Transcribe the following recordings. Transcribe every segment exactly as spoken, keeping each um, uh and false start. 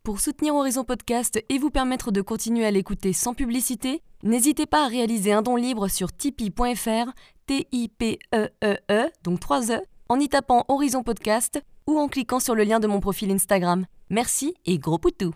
Pour soutenir Horizon Podcast et vous permettre de continuer à l'écouter sans publicité, n'hésitez pas à réaliser un don libre sur tipeee point fr, T I P E E E, donc trois E, en y tapant Horizon Podcast ou en cliquant sur le lien de mon profil Instagram. Merci et gros poutou.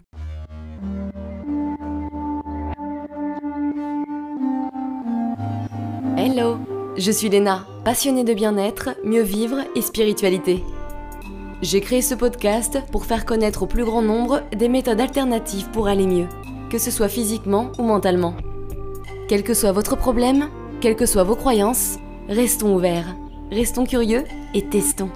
Hello, je suis Léna, passionnée de bien-être, mieux vivre et spiritualité. J'ai créé ce podcast pour faire connaître au plus grand nombre des méthodes alternatives pour aller mieux, que ce soit physiquement ou mentalement. Quel que soit votre problème, quelles que soient vos croyances, restons ouverts, restons curieux et testons.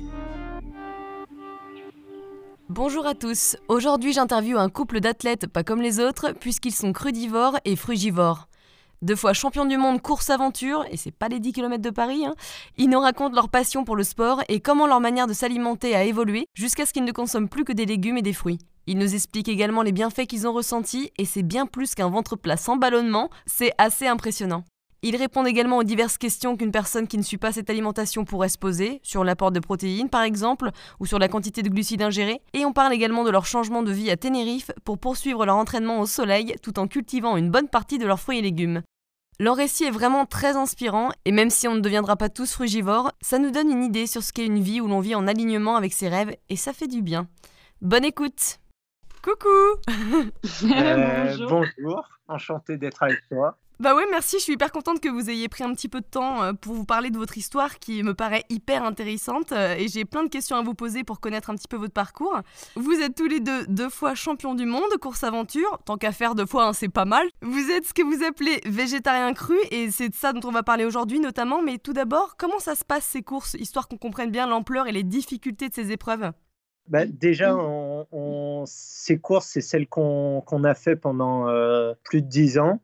Bonjour à tous, aujourd'hui j'interviewe un couple d'athlètes pas comme les autres puisqu'ils sont crudivores et frugivores. Deux fois champions du monde course-aventure, et c'est pas les dix kilomètres de Paris, hein, ils nous racontent leur passion pour le sport et comment leur manière de s'alimenter a évolué jusqu'à ce qu'ils ne consomment plus que des légumes et des fruits. Ils nous expliquent également les bienfaits qu'ils ont ressentis et c'est bien plus qu'un ventre plat sans ballonnement, c'est assez impressionnant. Ils répondent également aux diverses questions qu'une personne qui ne suit pas cette alimentation pourrait se poser, sur l'apport de protéines par exemple, ou sur la quantité de glucides ingérés, et on parle également de leur changement de vie à Tenerife pour poursuivre leur entraînement au soleil tout en cultivant une bonne partie de leurs fruits et légumes. Leur récit est vraiment très inspirant, et même si on ne deviendra pas tous frugivores, ça nous donne une idée sur ce qu'est une vie où l'on vit en alignement avec ses rêves, et ça fait du bien. Bonne écoute. Coucou. euh, Bonjour. Bonjour, enchanté d'être avec toi. Bah ouais, merci, je suis hyper contente que vous ayez pris un petit peu de temps pour vous parler de votre histoire qui me paraît hyper intéressante et j'ai plein de questions à vous poser pour connaître un petit peu votre parcours. Vous êtes tous les deux deux fois champions du monde course-aventure, tant qu'à faire deux fois, hein, c'est pas mal. Vous êtes ce que vous appelez végétarien cru et c'est de ça dont on va parler aujourd'hui notamment, mais tout d'abord, comment ça se passe ces courses, histoire qu'on comprenne bien l'ampleur et les difficultés de ces épreuves ? Bah, déjà, on, on, ces courses, c'est celles qu'on, qu'on a fait pendant euh, plus de dix ans.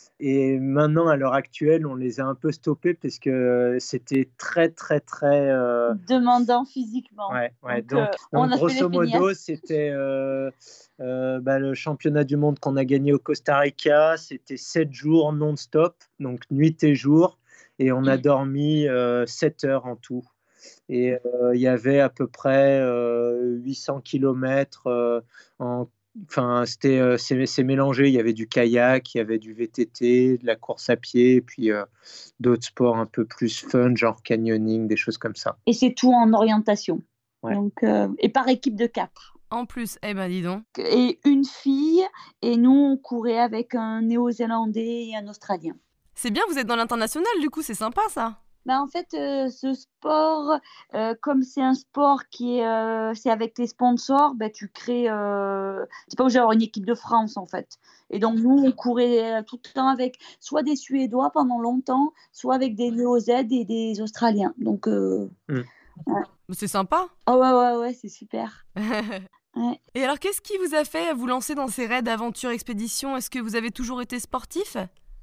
Et maintenant, à l'heure actuelle, on les a un peu stoppés parce que c'était très, très, très... Euh... demandant physiquement. Ouais, ouais. Donc, donc, euh, donc on a grosso fait les modo, c'était euh, euh, bah, le championnat du monde qu'on a gagné au Costa Rica. C'était sept jours non-stop, donc nuit et jour. Et on a dormi euh, sept heures en tout. Et il euh, y avait à peu près euh, huit cents kilomètres euh, en Enfin, c'était, euh, c'est, c'est mélangé. Il y avait du kayak, il y avait du V T T, de la course à pied, puis euh, d'autres sports un peu plus fun, genre canyoning, des choses comme ça. Et c'est tout en orientation. Ouais. Donc, euh, et par équipe de quatre. En plus, eh ben dis donc. Et une fille, et nous, on courait avec un Néo-Zélandais et un Australien. C'est bien, vous êtes dans l'international, du coup, c'est sympa ça. Ben, en fait, euh, ce sport, euh, comme c'est un sport qui est, euh, c'est avec les sponsors, ben, tu crées, euh, c'est pas obligé d'avoir une équipe de France en fait. Et donc nous, on courait tout le temps avec soit des Suédois pendant longtemps, soit avec des Néo-Z et des Australiens. Donc, euh, mmh. ouais. C'est sympa. Oh ouais, ouais, ouais, c'est super. Ouais. Et alors, qu'est-ce qui vous a fait vous lancer dans ces raids d'aventure expédition ? Est-ce que vous avez toujours été sportif ?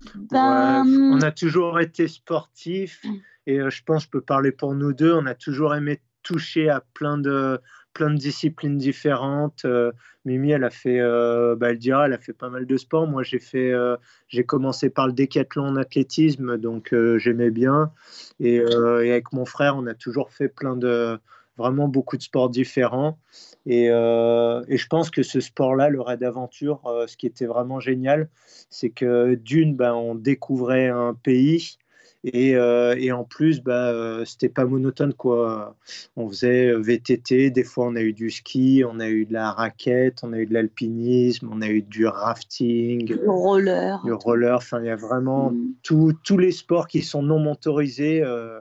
Ben... Ouais, on a toujours été sportifs et euh, je pense que je peux parler pour nous deux. On a toujours aimé toucher à plein de, plein de disciplines différentes. Euh, Mimi, elle a fait, euh, bah, elle dira, elle a fait pas mal de sports. Moi, j'ai fait, euh, j'ai commencé par le décathlon en athlétisme, donc euh, j'aimais bien. Et, euh, et avec mon frère, on a toujours fait plein de, vraiment beaucoup de sports différents. Et, euh, et je pense que ce sport-là, le raid d'aventure, euh, ce qui était vraiment génial, c'est que d'une, ben, on découvrait un pays et, euh, et en plus, ben, euh, c'était pas monotone, quoi. On faisait V T T, des fois on a eu du ski, on a eu de la raquette, on a eu de l'alpinisme, on a eu du rafting, du roller. Du roller, enfin, il y a vraiment mmh. tous tous les sports qui sont non motorisés, euh,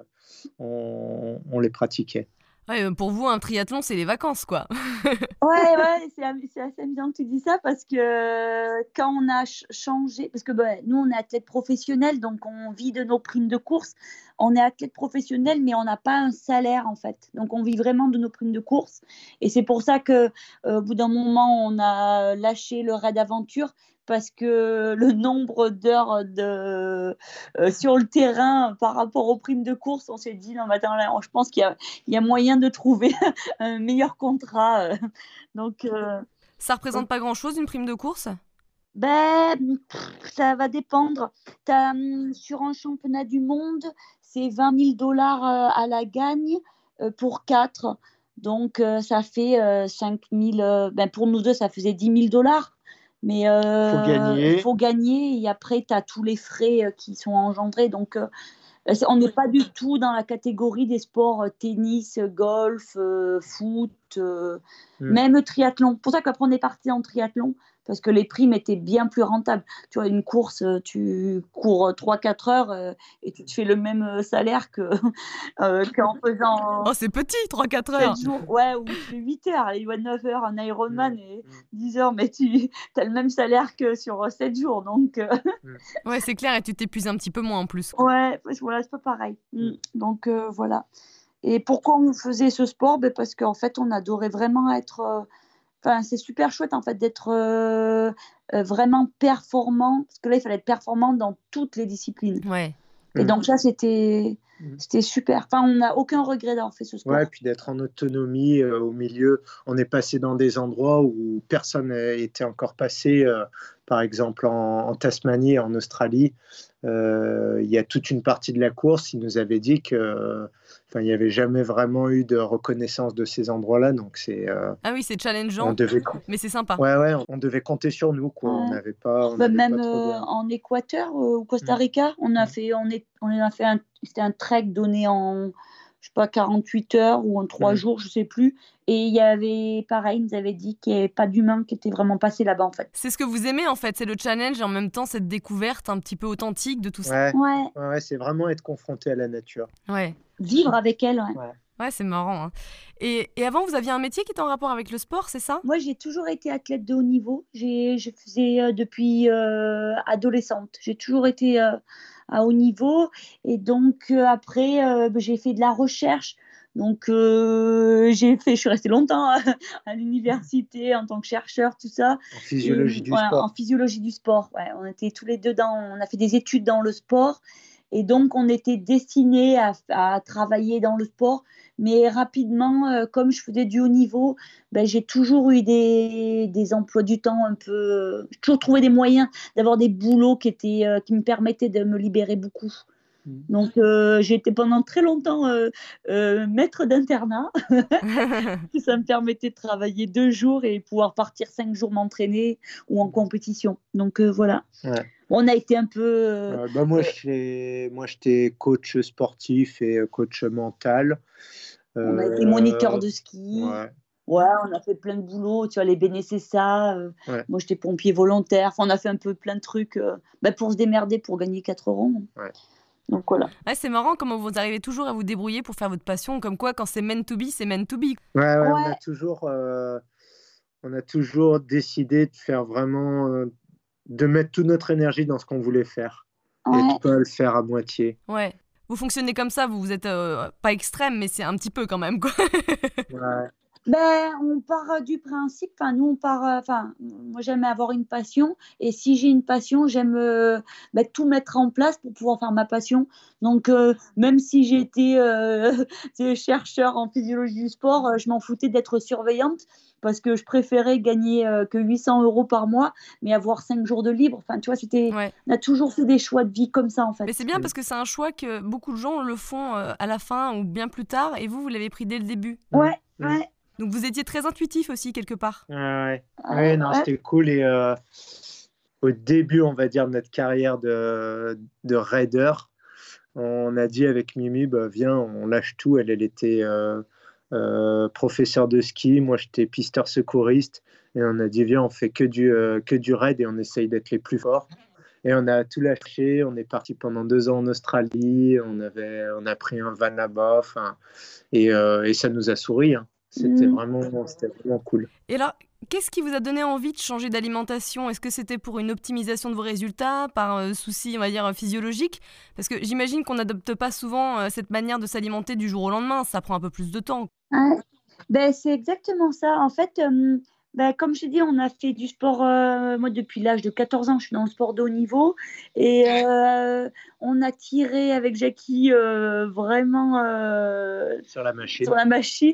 on, on les pratiquait. Ouais, pour vous, un triathlon, c'est les vacances, quoi. ouais, ouais, c'est, c'est assez amusant que tu dis ça parce que quand on a ch- changé, parce que bah, nous, on est athlète professionnel, donc on vit de nos primes de course. On est athlète professionnel, mais on n'a pas un salaire, en fait. Donc, on vit vraiment de nos primes de course. Et c'est pour ça qu'au euh, bout d'un moment, on a lâché le raid aventure parce que le nombre d'heures de, euh, sur le terrain par rapport aux primes de course, on s'est dit, non, mais attends, là, je pense qu'il y a, il y a moyen de trouver un meilleur contrat. Donc, euh, ça représente pas grand-chose, une prime de course ? Ben, pff, ça va dépendre. T'as, hum, sur un championnat du monde, c'est vingt mille dollars euh, à la gagne euh, pour quatre. Donc, euh, ça fait euh, cinq mille, euh, ben, pour nous deux, ça faisait dix mille dollars. Mais il euh, faut gagner. faut gagner et après, tu as tous les frais euh, qui sont engendrés. Donc, euh, on n'est pas du tout dans la catégorie des sports euh, tennis, golf, euh, foot, euh, mm. même triathlon. Pour ça qu'après, on est parti en triathlon parce que les primes étaient bien plus rentables. Tu vois, une course, tu cours trois quatre heures euh, et tu te fais le même salaire que, euh, qu'en faisant... Oh, c'est petit, trois quatre heures. sept jours, ouais, ou tu fais huit heures, il y a neuf heures en Ironman et dix heures, mais tu as le même salaire que sur sept jours. Donc, euh... ouais, c'est clair, et tu t'épuises un petit peu moins en plus. Ouais, voilà, c'est pas pareil. Mm. Donc, euh, voilà. Et pourquoi on faisait ce sport? Ben, parce qu'en fait, on adorait vraiment être... Euh... Enfin, c'est super chouette en fait d'être euh, euh, vraiment performant, parce que là il fallait être performant dans toutes les disciplines. Ouais. Et mmh. donc ça c'était c'était super. Enfin, on n'a aucun regret d'avoir fait ce sport. Ouais, puis d'être en autonomie euh, au milieu. On est passé dans des endroits où personne n'était encore passé. Euh, par exemple en, en Tasmanie, en Australie, euh, il y a toute une partie de la course. Ils nous avaient dit que, euh, enfin, il n'y avait jamais vraiment eu de reconnaissance de ces endroits-là. Donc c'est. Euh, ah oui, c'est challengeant. Devait... Mais c'est sympa. Ouais, ouais, on devait compter sur nous, quoi. Ouais. On n'avait pas. On bah, avait même pas trop de... euh, en Équateur euh, ou Costa Rica, on a mmh. fait, on est, on a fait un, c'était un trek donné en, je sais pas, quarante-huit heures ou en trois mmh. jours, je sais plus. Et il y avait, pareil, ils nous avaient dit qu'il n'y avait pas d'humains qui étaient vraiment passés là-bas, en fait. C'est ce que vous aimez, en fait, c'est le challenge et en même temps cette découverte un petit peu authentique de tout ça. Ouais, ouais. ouais c'est vraiment être confronté à la nature. Ouais. Vivre avec elle, ouais. ouais. Ouais, c'est marrant. Hein. Et, et avant, vous aviez un métier qui était en rapport avec le sport, c'est ça? Moi, j'ai toujours été athlète de haut niveau. J'ai, je faisais euh, depuis euh, adolescente. J'ai toujours été euh, à haut niveau. Et donc, euh, après, euh, j'ai fait de la recherche. Donc, euh, j'ai fait, je suis restée longtemps à, à l'université en tant que chercheur, tout ça. En physiologie et, du voilà, sport. En physiologie du sport, ouais. On était tous les deux dans, on a fait des études dans le sport. Et donc, on était destinés à, à travailler dans le sport. Mais rapidement, euh, comme je faisais du haut niveau, ben, j'ai toujours eu des, des emplois du temps un peu... J'ai toujours trouvé des moyens d'avoir des boulots qui, étaient, euh, qui me permettaient de me libérer beaucoup. Mmh. Donc, euh, j'ai été pendant très longtemps euh, euh, maître d'internat. Ça me permettait de travailler deux jours et pouvoir partir cinq jours m'entraîner ou en compétition. Donc, euh, voilà. Ouais. On a été un peu... Euh, bah moi, euh, moi, j'étais coach sportif et coach mental. On a été moniteur de ski. Ouais. Ouais, on a fait plein de boulot. Tu vois, les bénécessas. Euh, ouais. Moi, j'étais pompier volontaire. Enfin, on a fait un peu plein de trucs euh, bah, pour se démerder, pour gagner quatre euros. Ouais. Donc, voilà. Ouais, c'est marrant comment vous arrivez toujours à vous débrouiller pour faire votre passion. Comme quoi, quand c'est meant to be, c'est meant to be. Ouais, ouais, ouais. On, a toujours, euh, on a toujours décidé de faire vraiment... Euh, de mettre toute notre énergie dans ce qu'on voulait faire. Ouais. Et de pas le faire à moitié. Ouais. Vous fonctionnez comme ça, vous, vous êtes euh, pas extrême, mais c'est un petit peu quand même, quoi. Ouais. Ben, on part du principe, enfin, nous, on part, enfin, moi, j'aime avoir une passion, et si j'ai une passion, j'aime euh, ben, tout mettre en place pour pouvoir faire ma passion. Donc, euh, même si j'étais euh, chercheur en physiologie du sport, euh, je m'en foutais d'être surveillante, parce que je préférais gagner euh, que huit cents euros par mois, mais avoir cinq jours de libre. Enfin, tu vois, c'était, ouais. on a toujours fait des choix de vie comme ça, en fait. Mais c'est bien parce que c'est un choix que beaucoup de gens le font euh, à la fin ou bien plus tard, et vous, vous l'avez pris dès le début. Ouais, mmh. ouais. Donc vous étiez très intuitif aussi quelque part. Ouais, ouais. ouais non, ouais. C'était cool. Et euh, au début, on va dire, de notre carrière de, de raider, on a dit avec Mimi, bah, viens, on lâche tout. Elle, elle était euh, euh, professeure de ski, moi j'étais pisteur secouriste. Et on a dit, viens, on fait que du, euh, que du raid et on essaye d'être les plus forts. Et on a tout lâché. On est parti pendant deux ans en Australie. On, avait, on a pris un van là-bas. Enfin, et, euh, et ça nous a souri. Hein. C'était vraiment, c'était vraiment cool. Et alors, qu'est-ce qui vous a donné envie de changer d'alimentation? Est-ce que c'était pour une optimisation de vos résultats, par euh, souci, on va dire, physiologique? Parce que j'imagine qu'on n'adopte pas souvent euh, cette manière de s'alimenter du jour au lendemain. Ça prend un peu plus de temps. Ouais. Ben, c'est exactement ça. En fait, euh, ben, comme je t'ai dit, on a fait du sport, euh, moi depuis l'âge de quatorze ans, je suis dans le sport de haut niveau. Et euh, on a tiré avec Jackie euh, vraiment euh, sur la machine. Sur la machine.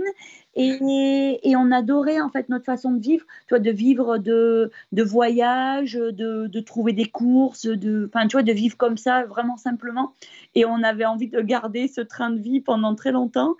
Et, et on adorait en fait notre façon de vivre, tu vois, de vivre de, de voyage, de, de trouver des courses, de, enfin, tu vois, de vivre comme ça, vraiment simplement. Et on avait envie de garder ce train de vie pendant très longtemps.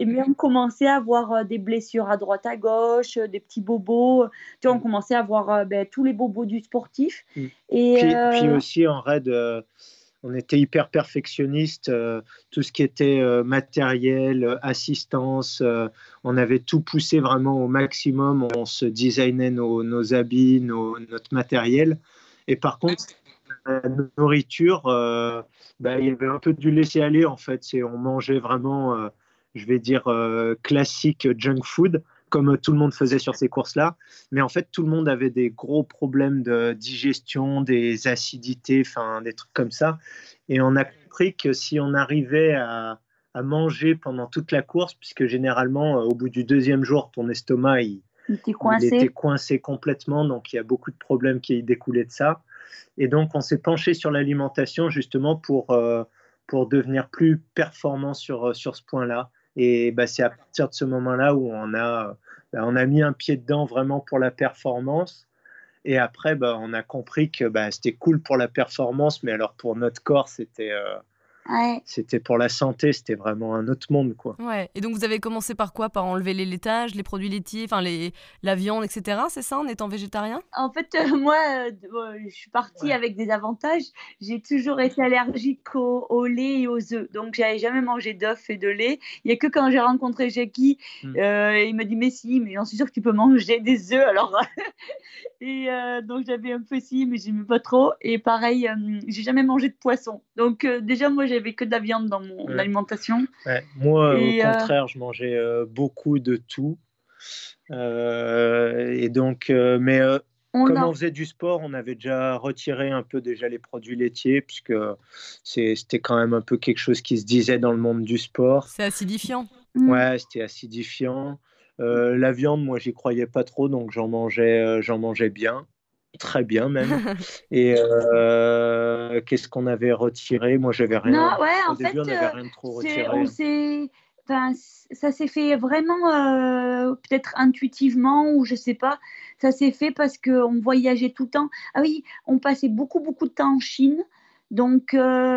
Et mais on commençait à avoir euh, des blessures à droite, à gauche, euh, des petits bobos. Tu vois, on commençait à avoir euh, ben, tous les bobos du sportif. Mm. Et Puis, euh, puis aussi en raid, euh, on était hyper perfectionniste. Euh, tout ce qui était euh, matériel, euh, assistance, euh, on avait tout poussé vraiment au maximum. On se designait nos, nos habits, nos, notre matériel. Et par contre, la nourriture, euh, bah, il y avait un peu du laisser-aller en fait. C'est, on mangeait vraiment, euh, je vais dire, euh, classique junk food, comme tout le monde faisait sur ces courses-là. Mais en fait, tout le monde avait des gros problèmes de digestion, des acidités, enfin des trucs comme ça. Et on a compris que si on arrivait à, à manger pendant toute la course, puisque généralement, euh, au bout du deuxième jour, ton estomac, il, il était il coincé. était coincé complètement, donc il y a beaucoup de problèmes qui découlaient de ça. Et donc, on s'est penché sur l'alimentation justement pour, euh, pour devenir plus performant sur, sur ce point-là. Et bah, c'est à partir de ce moment-là où on a, bah, on a mis un pied dedans vraiment pour la performance. Et après, bah, on a compris que bah, c'était cool pour la performance, mais alors pour notre corps, c'était, euh, Ouais. c'était pour la santé, c'était vraiment un autre monde, quoi. Ouais. Et donc vous avez commencé par quoi? Par enlever les laitages, les produits laitiers, enfin les... la viande, et cetera. C'est ça, en étant végétarien? En fait, euh, moi, euh, euh, je suis partie Ouais. avec des avantages. J'ai toujours été allergique au, au lait et aux œufs. Donc, j'avais jamais mangé d'œufs et de lait. Il n'y a que quand j'ai rencontré Jackie, Mm. euh, il m'a dit, mais si, mais j'en suis sûre que tu peux manger des œufs. Alors, et euh, donc, j'avais un peu si, mais j'aimais pas trop. Et pareil, euh, j'ai jamais mangé de poisson. Donc, euh, déjà, moi, j'avais que de la viande dans mon Ouais. alimentation. Ouais. Moi, Et, au euh, contraire, je mangeais euh, beaucoup de tout. Euh, et donc, euh, mais euh, on comme a... on faisait du sport, on avait déjà retiré un peu déjà les produits laitiers, puisque c'est, c'était quand même un peu quelque chose qui se disait dans le monde du sport. C'est acidifiant. Mm. Ouais, c'était acidifiant. Euh, la viande, moi, j'y croyais pas trop, donc j'en mangeais, euh, j'en mangeais bien, très bien même. Et euh, qu'est-ce qu'on avait retiré? Moi, j'avais rien. Non, ouais, Au en début, fait, on n'avait euh, rien de trop c'est, retiré. on s'est, enfin, c- ça s'est fait vraiment euh, peut-être intuitivement ou je sais pas. Ça s'est fait parce qu'on voyageait tout le temps. Ah oui, on passait beaucoup, beaucoup de temps en Chine. Donc,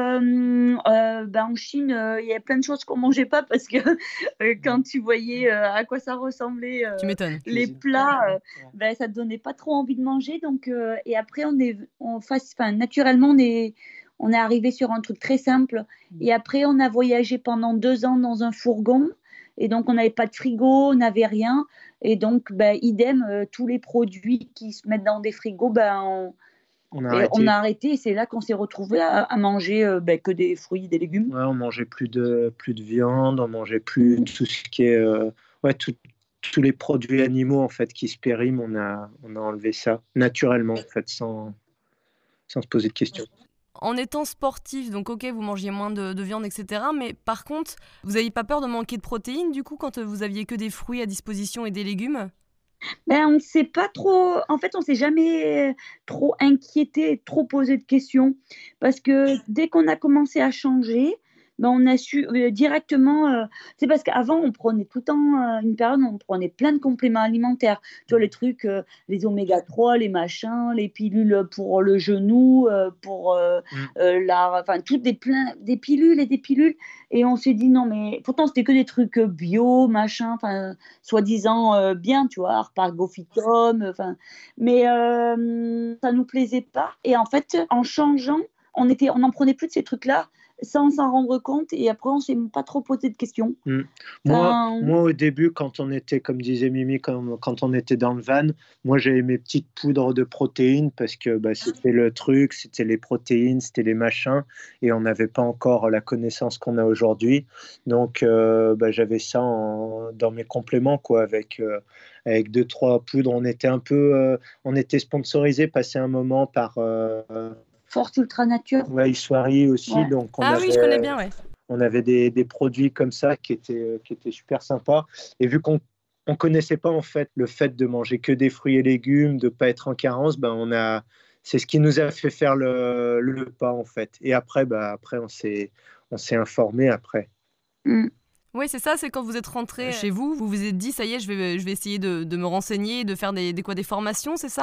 euh, euh, ben, en Chine, euh, il y a plein de choses qu'on mangeait pas parce que euh, quand tu voyais euh, à quoi ça ressemblait euh, Tu m'étonnes. les Cuisine. plats, euh, Ouais. ben, ça te donnait pas trop envie de manger. Donc, euh, et après, on est, on fasse, enfin, naturellement, on est on est arrivé sur un truc très simple. Et après, on a voyagé pendant deux ans dans un fourgon. Et donc, on n'avait pas de frigo, on n'avait rien. Et donc, ben, idem, euh, tous les produits qui se mettent dans des frigos, ben, on, On a et arrêté. on a arrêté. Et c'est là qu'on s'est retrouvé à, à manger euh, ben, que des fruits, des légumes. Ouais, on mangeait plus de, plus de viande, on mangeait plus tout ce qui est. Euh, ouais, tout- tous les produits animaux en fait qui se périment, on a, on a enlevé ça naturellement en fait, sans, sans se poser de questions. En étant sportif, donc ok, vous mangiez moins de, de viande, et cetera. Mais par contre, vous n'aviez pas peur de manquer de protéines du coup quand vous aviez que des fruits à disposition et des légumes? Ben, on ne s'est pas trop, en fait, on s'est jamais trop inquiété, trop posé de questions, parce que dès qu'on a commencé à changer, ben, on a su euh, directement. euh, c'est parce qu'avant, on prenait tout le temps, euh, une période, on prenait plein de compléments alimentaires. Tu vois, les trucs, euh, les oméga trois, les machins, les pilules pour le genou, euh, pour euh, Mm. euh, la, enfin, toutes des, plein, des pilules et des pilules. Et on s'est dit non, mais pourtant, c'était que des trucs euh, bio, machin, enfin soi-disant euh, bien, tu vois, Arpagophytum, enfin, mais euh, ça nous plaisait pas. Et en fait, en changeant, on était, on n'en prenait plus de ces trucs-là sans s'en rendre compte. Et après, on s'est pas trop posé de questions. Mm. Moi, Enfin, moi, au début, quand on était, comme disait Mimi, quand, quand on était dans le van, moi, j'avais mes petites poudres de protéines parce que bah, c'était le truc, c'était les protéines, c'était les machins, et on n'avait pas encore la connaissance qu'on a aujourd'hui. Donc, euh, bah, j'avais ça en- dans mes compléments, quoi, avec, euh, avec deux, trois poudres. On était un peu, euh, on était sponsorisé, passé un moment par euh, Force Ultra Nature. ouais, Soirée aussi, Ouais. donc on Ah oui, je avait, connais bien, ouais. on avait des, des produits comme ça qui étaient, euh, qui étaient super sympas. Et vu qu'on on connaissait pas en fait le fait de manger que des fruits et légumes, de pas être en carence, ben on a, c'est ce qui nous a fait faire le, le pas en fait. Et après, ben après on s'est, on s'est informé après. Mm. Oui, c'est ça, c'est quand vous êtes rentré chez vous, vous vous êtes dit, ça y est, je vais, je vais essayer de, de me renseigner, de faire des, des, quoi, des formations, c'est ça?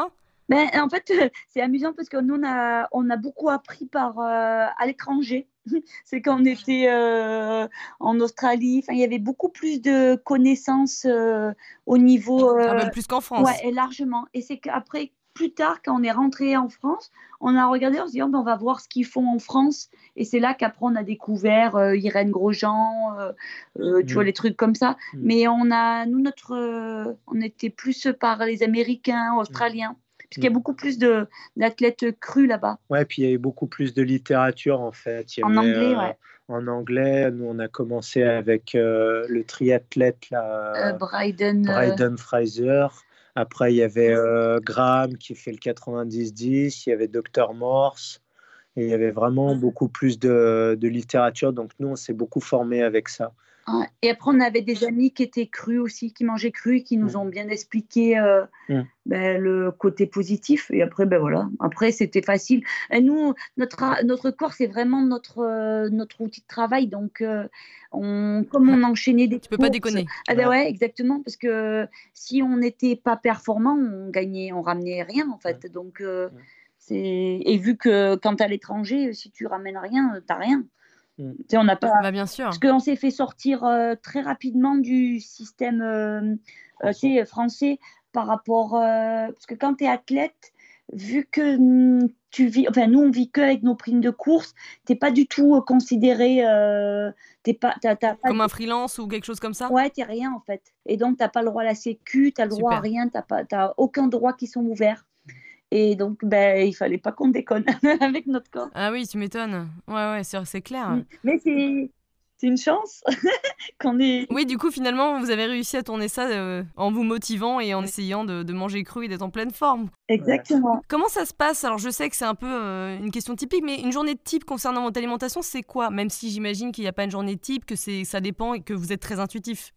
Ben, en fait, c'est amusant parce que nous, on a, on a beaucoup appris par, euh, à l'étranger. C'est quand on était euh, en Australie, enfin, il y avait beaucoup plus de connaissances euh, au niveau. Ah, Euh, même plus qu'en ouais, France. et largement. Et c'est qu'après, plus tard, quand on est rentré en France, on a regardé, on se dit, oh, ben, on va voir ce qu'ils font en France. Et c'est là qu'après, on a découvert euh, Irène Grosjean, euh, euh, tu vois, Mm. les trucs comme ça. Mm. Mais on a, nous, notre, euh, on était plus par les Américains, Australiens. Parce qu'il y a beaucoup plus de, d'athlètes crus là-bas. Ouais, puis il y avait beaucoup plus de littérature en fait. Il y En avait anglais, euh, ouais. en anglais, nous on a commencé avec euh, le triathlète Euh, là, Bryden. euh, Bryden Fraser. Après, il y avait euh, Graham qui fait le quatre-vingt-dix dix. Il y avait docteur Morse. Et il y avait vraiment beaucoup plus de, de littérature. Donc nous, on s'est beaucoup formé avec ça. Ouais. Et après, on avait des amis qui étaient crus aussi, qui mangeaient cru et qui nous Mm. ont bien expliqué euh, Mm. ben, le côté positif. Et après, ben voilà. Après, c'était facile. Et nous, notre, notre corps, c'est vraiment notre, euh, notre outil de travail. Donc, euh, on, comme on enchaînait des Tu peux pas courses. déconner. Ah ben Ouais. ouais, exactement. Parce que si on n'était pas performant, on gagnait, on ramenait rien, en fait. Donc, euh, Mm. c'est... Et vu que quand tu es à l'étranger, si tu ramènes rien, tu n'as rien. Mm. Tu sais, on n'a pas. Bah, bien sûr. Parce qu'on s'est fait sortir euh, très rapidement du système euh, euh, tu sais, français par rapport. Euh, parce que quand tu es athlète, vu que hum, tu vis. Enfin, nous, on vit que avec nos primes de course, tu n'es pas du tout euh, considéré. Euh, t'es pas, t'as, t'as pas Comme de- un freelance ou quelque chose comme ça. Ouais, tu n'es rien en fait. Et donc, tu n'as pas le droit à la sécu, tu n'as le droit à Super. rien, tu n'as aucun droit qui sont ouverts. Et donc, ben, il fallait pas qu'on déconne avec notre corps. Ah oui, tu m'étonnes. Ouais, ouais, c'est c'est clair. Mm. Mais c'est, c'est une chance qu'on ait. Oui, du coup, finalement, vous avez réussi à tourner ça euh, en vous motivant et en essayant de, de manger cru et d'être en pleine forme. Exactement. Comment ça se passe? Alors, je sais que c'est un peu euh, une question typique, mais une journée type concernant votre alimentation, c'est quoi? Même si j'imagine qu'il n'y a pas une journée type, que c'est, ça dépend et que vous êtes très intuitif.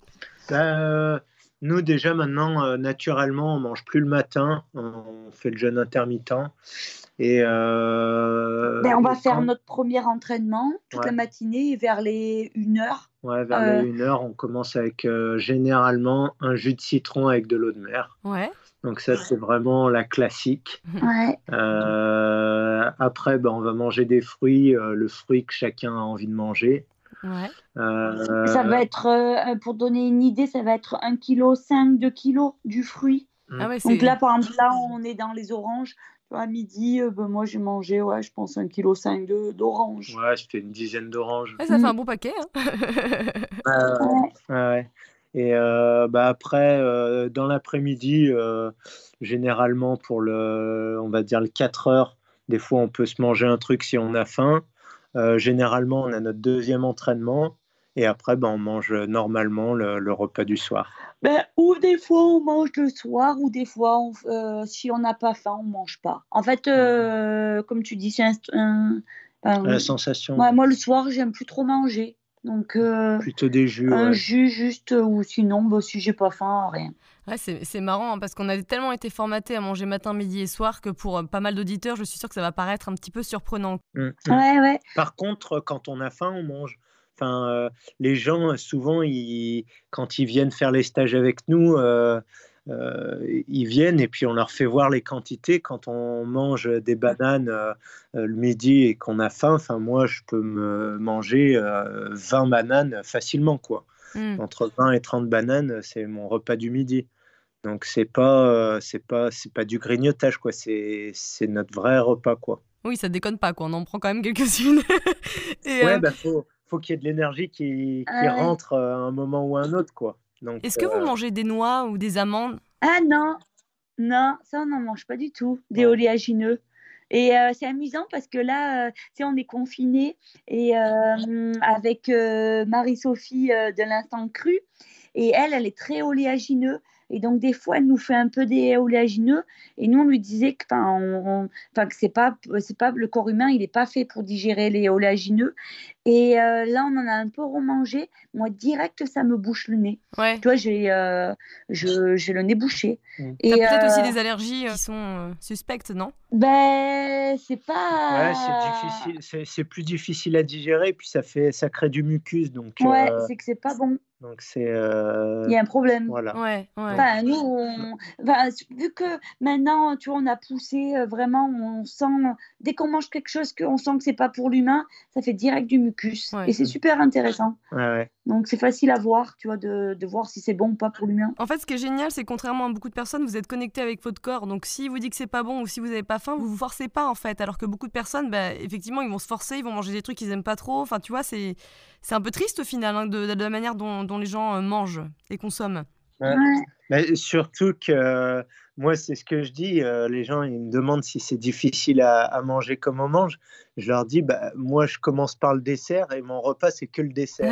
Bah, euh, nous, déjà maintenant, euh, naturellement, on mange plus le matin. On fait le jeûne intermittent. Et, euh, Ben, on va et faire quand- notre premier entraînement toute Ouais. la matinée et vers les une heure. Ouais, vers Euh, les une heure, on commence avec euh, généralement un jus de citron avec de l'eau de mer. Ouais. Donc ça, c'est vraiment la classique. Ouais. Euh, après, ben, on va manger des fruits, euh, le fruit que chacun a envie de manger. Ouais. Euh, Ça va être, euh, pour donner une idée, ça va être un virgule cinq kilos, deux kilos du fruit. Ah ouais, Donc c'est... là, par exemple, là, on est dans les oranges. À midi, euh, ben, moi, j'ai mangé, ouais, je pense, un virgule cinq kilos de- d'oranges. Ouais, c'était une dizaine d'oranges. Ouais, ça Mm. fait un bon paquet. Hein. Euh, Ouais. ouais. Et euh, bah après, euh, dans l'après-midi, euh, généralement pour le, on va dire le quatre heures, des fois on peut se manger un truc si on a faim. Euh, généralement, on a notre deuxième entraînement et après, ben, on mange normalement le, le repas du soir. Ben, ou des fois, on mange le soir, ou des fois, on- euh, si on n'a pas faim, on mange pas. En fait, euh, comme tu dis, c'est un, un- un- La sensation, ouais, moi, le soir, j'aime plus trop manger. Donc, euh, plutôt des jus. un Ouais. jus juste, ou sinon, bah, si j'ai pas faim, rien. Ouais, c'est, c'est marrant hein, parce qu'on a tellement été formatés à manger matin, midi et soir que pour euh, pas mal d'auditeurs, je suis sûre que ça va paraître un petit peu surprenant. Mm, mm. Ouais, ouais. Par contre, quand on a faim, on mange. Enfin, euh, les gens, souvent, ils, quand ils viennent faire les stages avec nous, euh, euh, ils viennent et puis on leur fait voir les quantités. Quand on mange des bananes euh, euh, le midi et qu'on a faim, enfin, moi, je peux me manger euh, vingt bananes facilement, quoi. Mm. Entre vingt et trente bananes, c'est mon repas du midi. Donc, c'est pas, euh, c'est pas, c'est pas du grignotage, quoi. C'est, c'est notre vrai repas, quoi. Oui, ça déconne pas, quoi. On en prend quand même quelques-unes. Et, Ouais, euh, bah faut, faut qu'il y ait de l'énergie qui, qui Ah ouais. rentre euh, à un moment ou à un autre, quoi. Donc, est-ce que euh, vous mangez des noix ou des amandes? Ah non, non, ça, on n'en mange pas du tout, des Ouais. oléagineux. Et euh, c'est amusant parce que là, euh, tu sais, on est confinés et euh, avec euh, Marie-Sophie euh, de l'Instant Cru. Et elle, elle est très oléagineux. Et donc, des fois, elle nous fait un peu des oléagineux. Et nous, on lui disait que, 'fin, on- on- 'fin, que c'est pas, c'est pas, le corps humain, il n'est pas fait pour digérer les oléagineux. Et euh, là, on en a un peu remangé. Moi, direct, ça me bouche le nez. Ouais. Tu vois, j'ai, euh, je, j'ai le nez bouché. Mm. T'as Et peut-être euh, aussi des allergies euh, qui sont euh, suspectes, non? ben, c'est pas. Ouais, c'est difficile, c'est c'est plus difficile à digérer, puis ça fait, ça crée du mucus, donc Ouais, euh, c'est que c'est pas bon. donc c'est euh, Il y a un problème. voilà. Ouais, ouais. Donc, Enfin, nous, on... enfin, vu que maintenant, tu vois, on a poussé euh, vraiment, on sent, dès qu'on mange quelque chose qu'on sent que c'est pas pour l'humain, ça fait direct du mucus. Ouais. Et c'est super intéressant. ouais, ouais. Donc, c'est facile à voir, tu vois, de, de voir si c'est bon ou pas pour l'humain. En fait, ce qui est génial, c'est que contrairement à beaucoup de personnes, vous êtes connecté avec votre corps. Donc, si vous dit que c'est pas bon ou si vous n'avez pas faim, vous vous forcez pas en fait. Alors que beaucoup de personnes, bah, effectivement, ils vont se forcer, ils vont manger des trucs qu'ils aiment pas trop. Enfin, tu vois, c'est c'est un peu triste au final hein, de, de la manière dont, dont les gens euh, mangent et consomment. Ouais. Ouais. Mais surtout que euh, moi, c'est ce que je dis. Euh, les gens, ils me demandent si c'est difficile à, à manger comme on mange. Je leur dis, bah, moi, je commence par le dessert et mon repas, c'est que le dessert.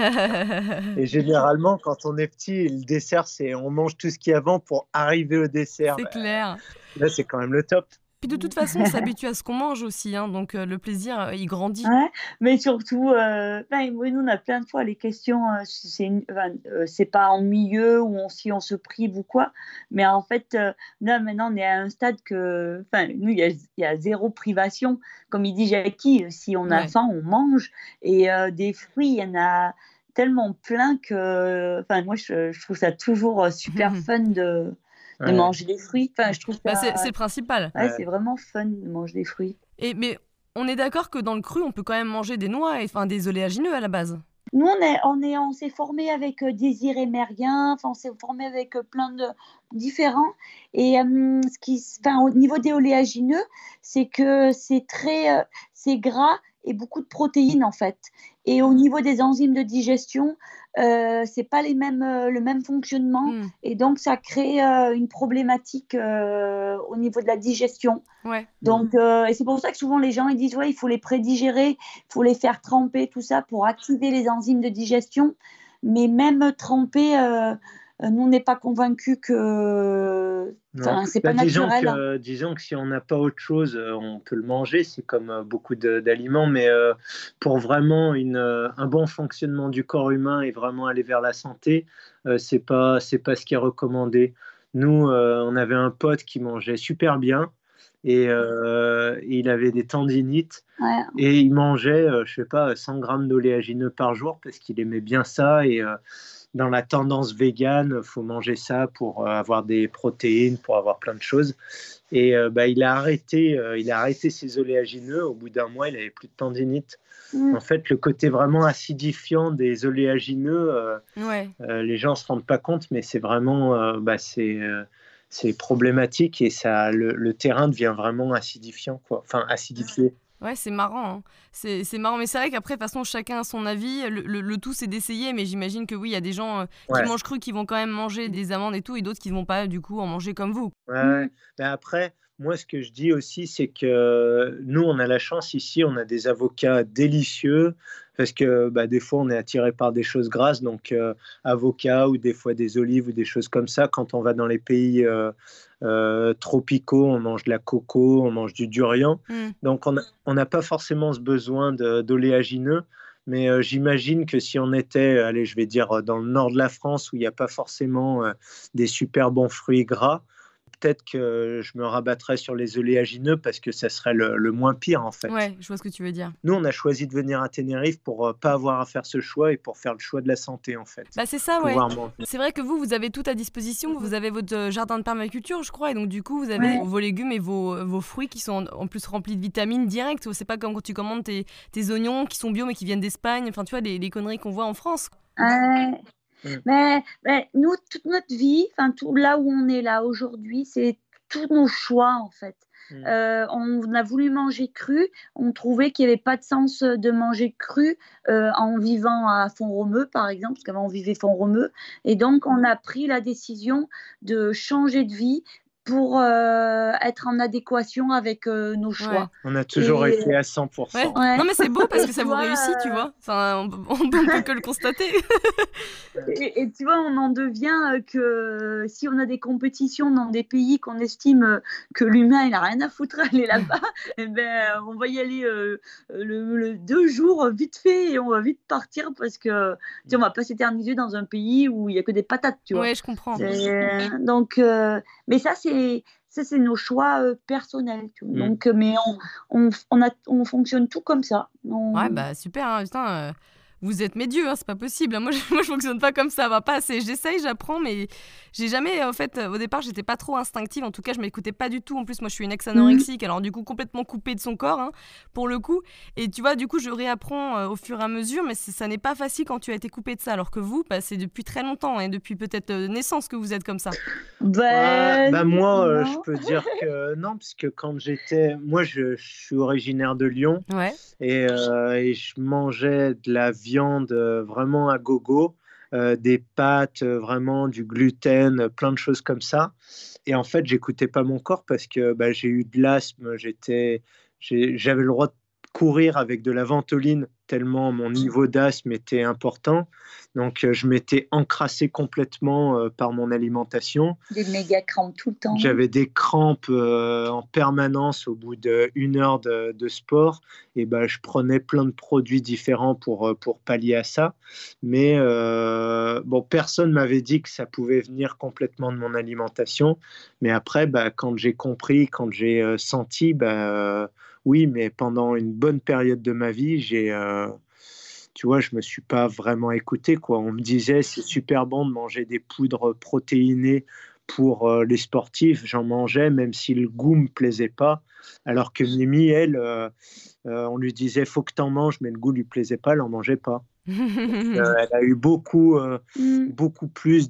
Et généralement, quand on est petit, le dessert, c'est on mange tout ce qu'il y a avant pour arriver au dessert. C'est Bah, clair. là, c'est quand même le top. Puis de toute façon, on s'habitue à ce qu'on mange aussi. Hein, donc, euh, le plaisir, euh, il grandit. Ouais, mais surtout, euh, ben, oui, nous, on a plein de fois les questions, euh, si c'est une- enfin, euh, c'est pas ennuyeux ou on, si on se prive ou quoi. Mais en fait, euh, là, maintenant, on est à un stade que, enfin, nous, il y a, il y a zéro privation. Comme il dit Jackie, euh, si on a Ouais. faim, on mange. Et euh, des fruits, il y en a tellement plein que, enfin, moi, je, je trouve ça toujours euh, super fun de, de Ouais. manger des fruits. Enfin, je trouve Bah, ça, c'est c'est le principal. ouais, Ouais. c'est vraiment fun de manger des fruits. Et, mais on est d'accord que dans le cru, on peut quand même manger des noix, et, enfin des oléagineux à la base. Nous, on est, on est, on s'est formé avec euh, Désiré Merien, enfin, on s'est formé avec euh, plein de différents. Et euh, ce qui, s- enfin, au niveau des oléagineux, c'est que c'est très, euh, c'est gras et beaucoup de protéines en fait. Et au niveau des enzymes de digestion, euh, c'est pas les mêmes, euh, le même fonctionnement. Hmm, Et donc, ça crée euh, une problématique euh, au niveau de la digestion. ouais. Donc, euh, et c'est pour ça que souvent les gens ils disent ouais, il faut les prédigérer, il faut les faire tremper, tout ça pour activer les enzymes de digestion. Mais même tremper, euh, euh, nous on n'est pas convaincus que, Non. enfin, c'est Bah, pas disons naturel. hein. que, disons que si on n'a pas autre chose, euh, on peut le manger. C'est comme euh, beaucoup de- d'aliments, mais euh, pour vraiment une, euh, un bon fonctionnement du corps humain et vraiment aller vers la santé, euh, c'est pas, c'est pas ce qui est recommandé. Nous, euh, on avait un pote qui mangeait super bien et euh, il avait des tendinites Ouais. et il mangeait, euh, je sais pas, cent grammes d'oléagineux par jour parce qu'il aimait bien ça et euh, dans la tendance végane, il faut manger ça pour euh, avoir des protéines, pour avoir plein de choses. Et euh, bah, il a arrêté, euh, il a arrêté ses oléagineux. Au bout d'un mois, il avait plus de tendinite. Mm. En fait, le côté vraiment acidifiant des oléagineux, euh, Ouais. euh, les gens se rendent pas compte, mais c'est vraiment, euh, bah, c'est, euh, c'est problématique et ça, le, le terrain devient vraiment acidifiant, quoi. Enfin, acidifié. Ouais, c'est marrant. Hein. C'est c'est marrant. Mais c'est vrai qu'après, de toute façon, chacun a son avis. Le, le- le tout, c'est d'essayer. Mais j'imagine que oui, il y a des gens euh, qui Ouais. mangent cru qui vont quand même manger des amandes et tout, et d'autres qui ne vont pas, du coup, en manger comme vous. Ouais, ouais. Mais après, moi, ce que je dis aussi, c'est que nous, on a la chance ici, on a des avocats délicieux, parce que bah, des fois, on est attiré par des choses grasses, donc euh, avocats ou des fois des olives ou des choses comme ça. Quand on va dans les pays euh, euh, tropicaux, on mange de la coco, on mange du durian. Hmm. Donc, on a- on n'a pas forcément ce besoin de- d'oléagineux. Mais euh, j'imagine que si on était, allez, je vais dire, euh, dans le nord de la France, où il n'y a pas forcément euh, des super bons fruits gras, peut-être que je me rabattrais sur les oléagineux parce que ça serait le, le moins pire en fait. Ouais, je vois ce que tu veux dire. Nous, on a choisi de venir à Tenerife pour euh, pas avoir à faire ce choix et pour faire le choix de la santé en fait. Bah, c'est ça, ouais. Pouvoir manger. C'est vrai que vous, vous avez tout à disposition. Vous avez votre euh, jardin de permaculture, je crois. Et donc, du coup, vous avez Ouais. vos légumes et vos, vos fruits qui sont en, en plus remplis de vitamines directes. C'est pas comme quand tu commandes tes, tes oignons qui sont bio mais qui viennent d'Espagne. Enfin, tu vois, les, les conneries qu'on voit en France. Ouais. Mm. Mais, mais nous, toute notre vie, enfin tout là où on est là aujourd'hui, c'est tous nos choix en fait. Mm. Euh, on a voulu manger cru, on trouvait qu'il n'y avait pas de sens de manger cru euh, en vivant à Font-Romeu par exemple, parce qu'avant on vivait Font-Romeu, et donc on a pris la décision de changer de vie pour euh, être en adéquation avec euh, nos choix. Ouais. On a toujours Et- été à cent pour cent. Ouais. Ouais. Non, mais c'est beau parce que Et ça tu vous vois, réussit, tu euh, vois. Enfin, on, on peut que le constater. Et, et tu vois, on en devient euh, que si on a des compétitions dans des pays qu'on estime euh, que l'humain, il n'a rien à foutre à aller là-bas, eh ben, on va y aller euh, le, le deux jours vite fait et on va vite partir parce que tu sais, on va pas s'éterniser dans un pays où il y a que des patates, tu vois. Ouais, je comprends. C'est- Donc, euh, mais ça, c'est ça, c'est nos choix euh, personnels. Tu vois. Mm. Donc, euh, mais on, on, on, a, on fonctionne tout comme ça. On- Ouais, bah super, hein, putain. euh, Vous êtes mes dieux, hein, c'est pas possible. Moi, je, moi, je fonctionne pas comme ça, va pas assez. J'essaye, j'apprends, mais j'ai jamais, en fait, euh, au départ, j'étais pas trop instinctive. En tout cas, je m'écoutais pas du tout. En plus, moi, je suis une ex-anorexique, alors du coup, complètement coupée de son corps, hein, pour le coup. Et tu vois, du coup, je réapprends euh, au fur et à mesure, mais c'est- ça n'est pas facile quand tu as été coupée de ça. Alors que vous, bah, c'est depuis très longtemps, et depuis peut-être euh, naissance que vous êtes comme ça. Ben, Ouais, bah moi, euh, non. je peux dire que non, parce que quand j'étais, moi, je, je suis originaire de Lyon Ouais. et, euh, et je mangeais de la viande euh, vraiment à gogo, euh, des pâtes, euh, vraiment du gluten, euh, plein de choses comme ça. Et en fait, j'écoutais pas mon corps parce que bah, j'ai eu de l'asthme, j'étais, j'ai- j'avais le droit de courir avec de la ventoline tellement mon niveau d'asthme était important. Donc, euh, je m'étais encrassé complètement euh, par mon alimentation. Des méga crampes tout le temps. J'avais des crampes euh, en permanence au bout d'une heure de, de sport. Et ben, je prenais plein de produits différents pour, euh, pour pallier à ça. Mais euh, bon, personne m'avait dit que ça pouvait venir complètement de mon alimentation. Mais après, bah, quand j'ai compris, quand j'ai euh, senti, bah, euh, oui, mais pendant une bonne période de ma vie, j'ai... euh, tu vois, je me suis pas vraiment écouté, quoi. On me disait, c'est super bon de manger des poudres protéinées pour euh, les sportifs. J'en mangeais, même si le goût me plaisait pas. Alors que Mimi, elle, euh, euh, on lui disait, faut que tu en manges, mais le goût lui plaisait pas, elle en mangeait pas. Euh, elle a eu beaucoup, euh, Mm. beaucoup plus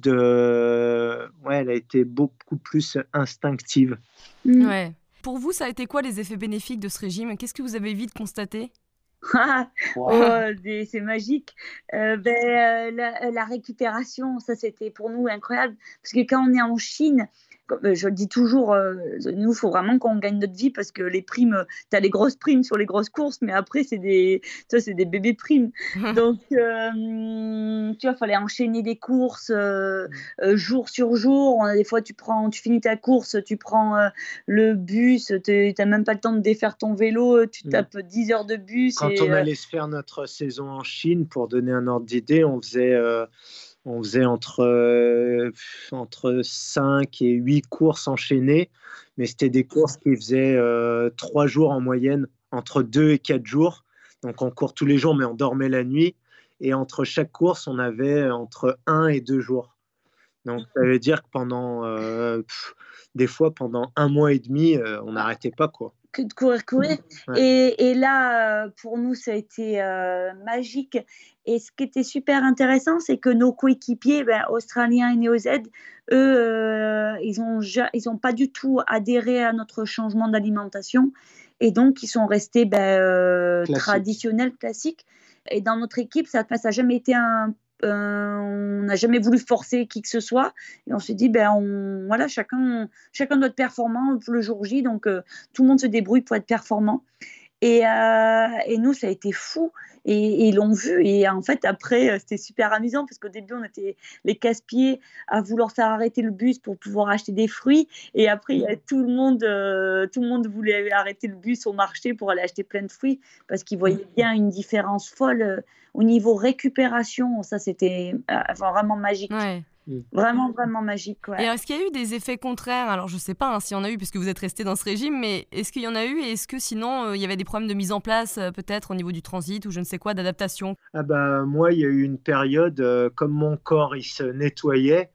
de... Ouais, elle a été beaucoup plus instinctive. Mm. Ouais. Pour vous, ça a été quoi les effets bénéfiques de ce régime? Qu'est-ce que vous avez vite constaté? Ah, Wow. oh, des- c'est magique. Euh, ben, euh, la, la récupération, ça c'était pour nous incroyable. Parce que quand on est en Chine, comme, euh, je le dis toujours, euh, nous, il faut vraiment qu'on gagne notre vie parce que les primes, tu as les grosses primes sur les grosses courses, mais après, c'est des, ça, c'est des bébés primes. Donc, euh, tu vois, il fallait enchaîner des courses euh, euh, jour sur jour. On a, des fois, tu, prends, tu finis ta course, tu prends euh, le bus, tu n'as même pas le temps de défaire ton vélo, tu Mm. tapes dix heures de bus. Quand et, on euh, allait se faire notre saison en Chine, pour donner un ordre d'idée, on faisait, euh, on faisait entre, euh, entre cinq et huit courses enchaînées, mais c'était des courses qui faisaient euh, trois jours en moyenne, entre deux et quatre jours. Donc on court tous les jours, mais on dormait la nuit. Et entre chaque course, on avait entre un et deux jours. Donc ça veut dire que pendant, euh, pff, des fois, pendant un mois et demi, euh, on n'arrêtait pas, quoi. que de courir, courir. Ouais. Et, et là, euh, pour nous, ça a été euh, magique. Et ce qui était super intéressant, c'est que nos coéquipiers, ben, australiens et néo-zed, eux, euh, ils n'ont ils ont pas du tout adhéré à notre changement d'alimentation. Et donc, ils sont restés ben, euh, Classique. traditionnels, classiques. Et dans notre équipe, ça n'a jamais été un euh, on n'a jamais voulu forcer qui que ce soit et on s'est dit ben on, voilà, chacun, chacun doit être performant le jour J, donc euh, tout le monde se débrouille pour être performant et, euh, et nous ça a été fou et, et ils l'ont vu et en fait après c'était super amusant parce qu'au début on était les casse-pieds à vouloir faire arrêter le bus pour pouvoir acheter des fruits et après il y a tout le monde euh, tout le monde voulait arrêter le bus au marché pour aller acheter plein de fruits parce qu'ils voyaient bien une différence folle euh, au niveau récupération. Ça c'était euh, enfin, vraiment magique. Ouais. Vraiment, vraiment magique. Ouais. Et est-ce qu'il y a eu des effets contraires? Alors, je sais pas hein, s'il y en a eu, puisque vous êtes resté dans ce régime, mais est-ce qu'il y en a eu? Et est-ce que sinon, euh, il y avait des problèmes de mise en place, euh, peut-être au niveau du transit ou je ne sais quoi, d'adaptation? Ah bah, moi, il y a eu une période, euh, comme mon corps il se nettoyait,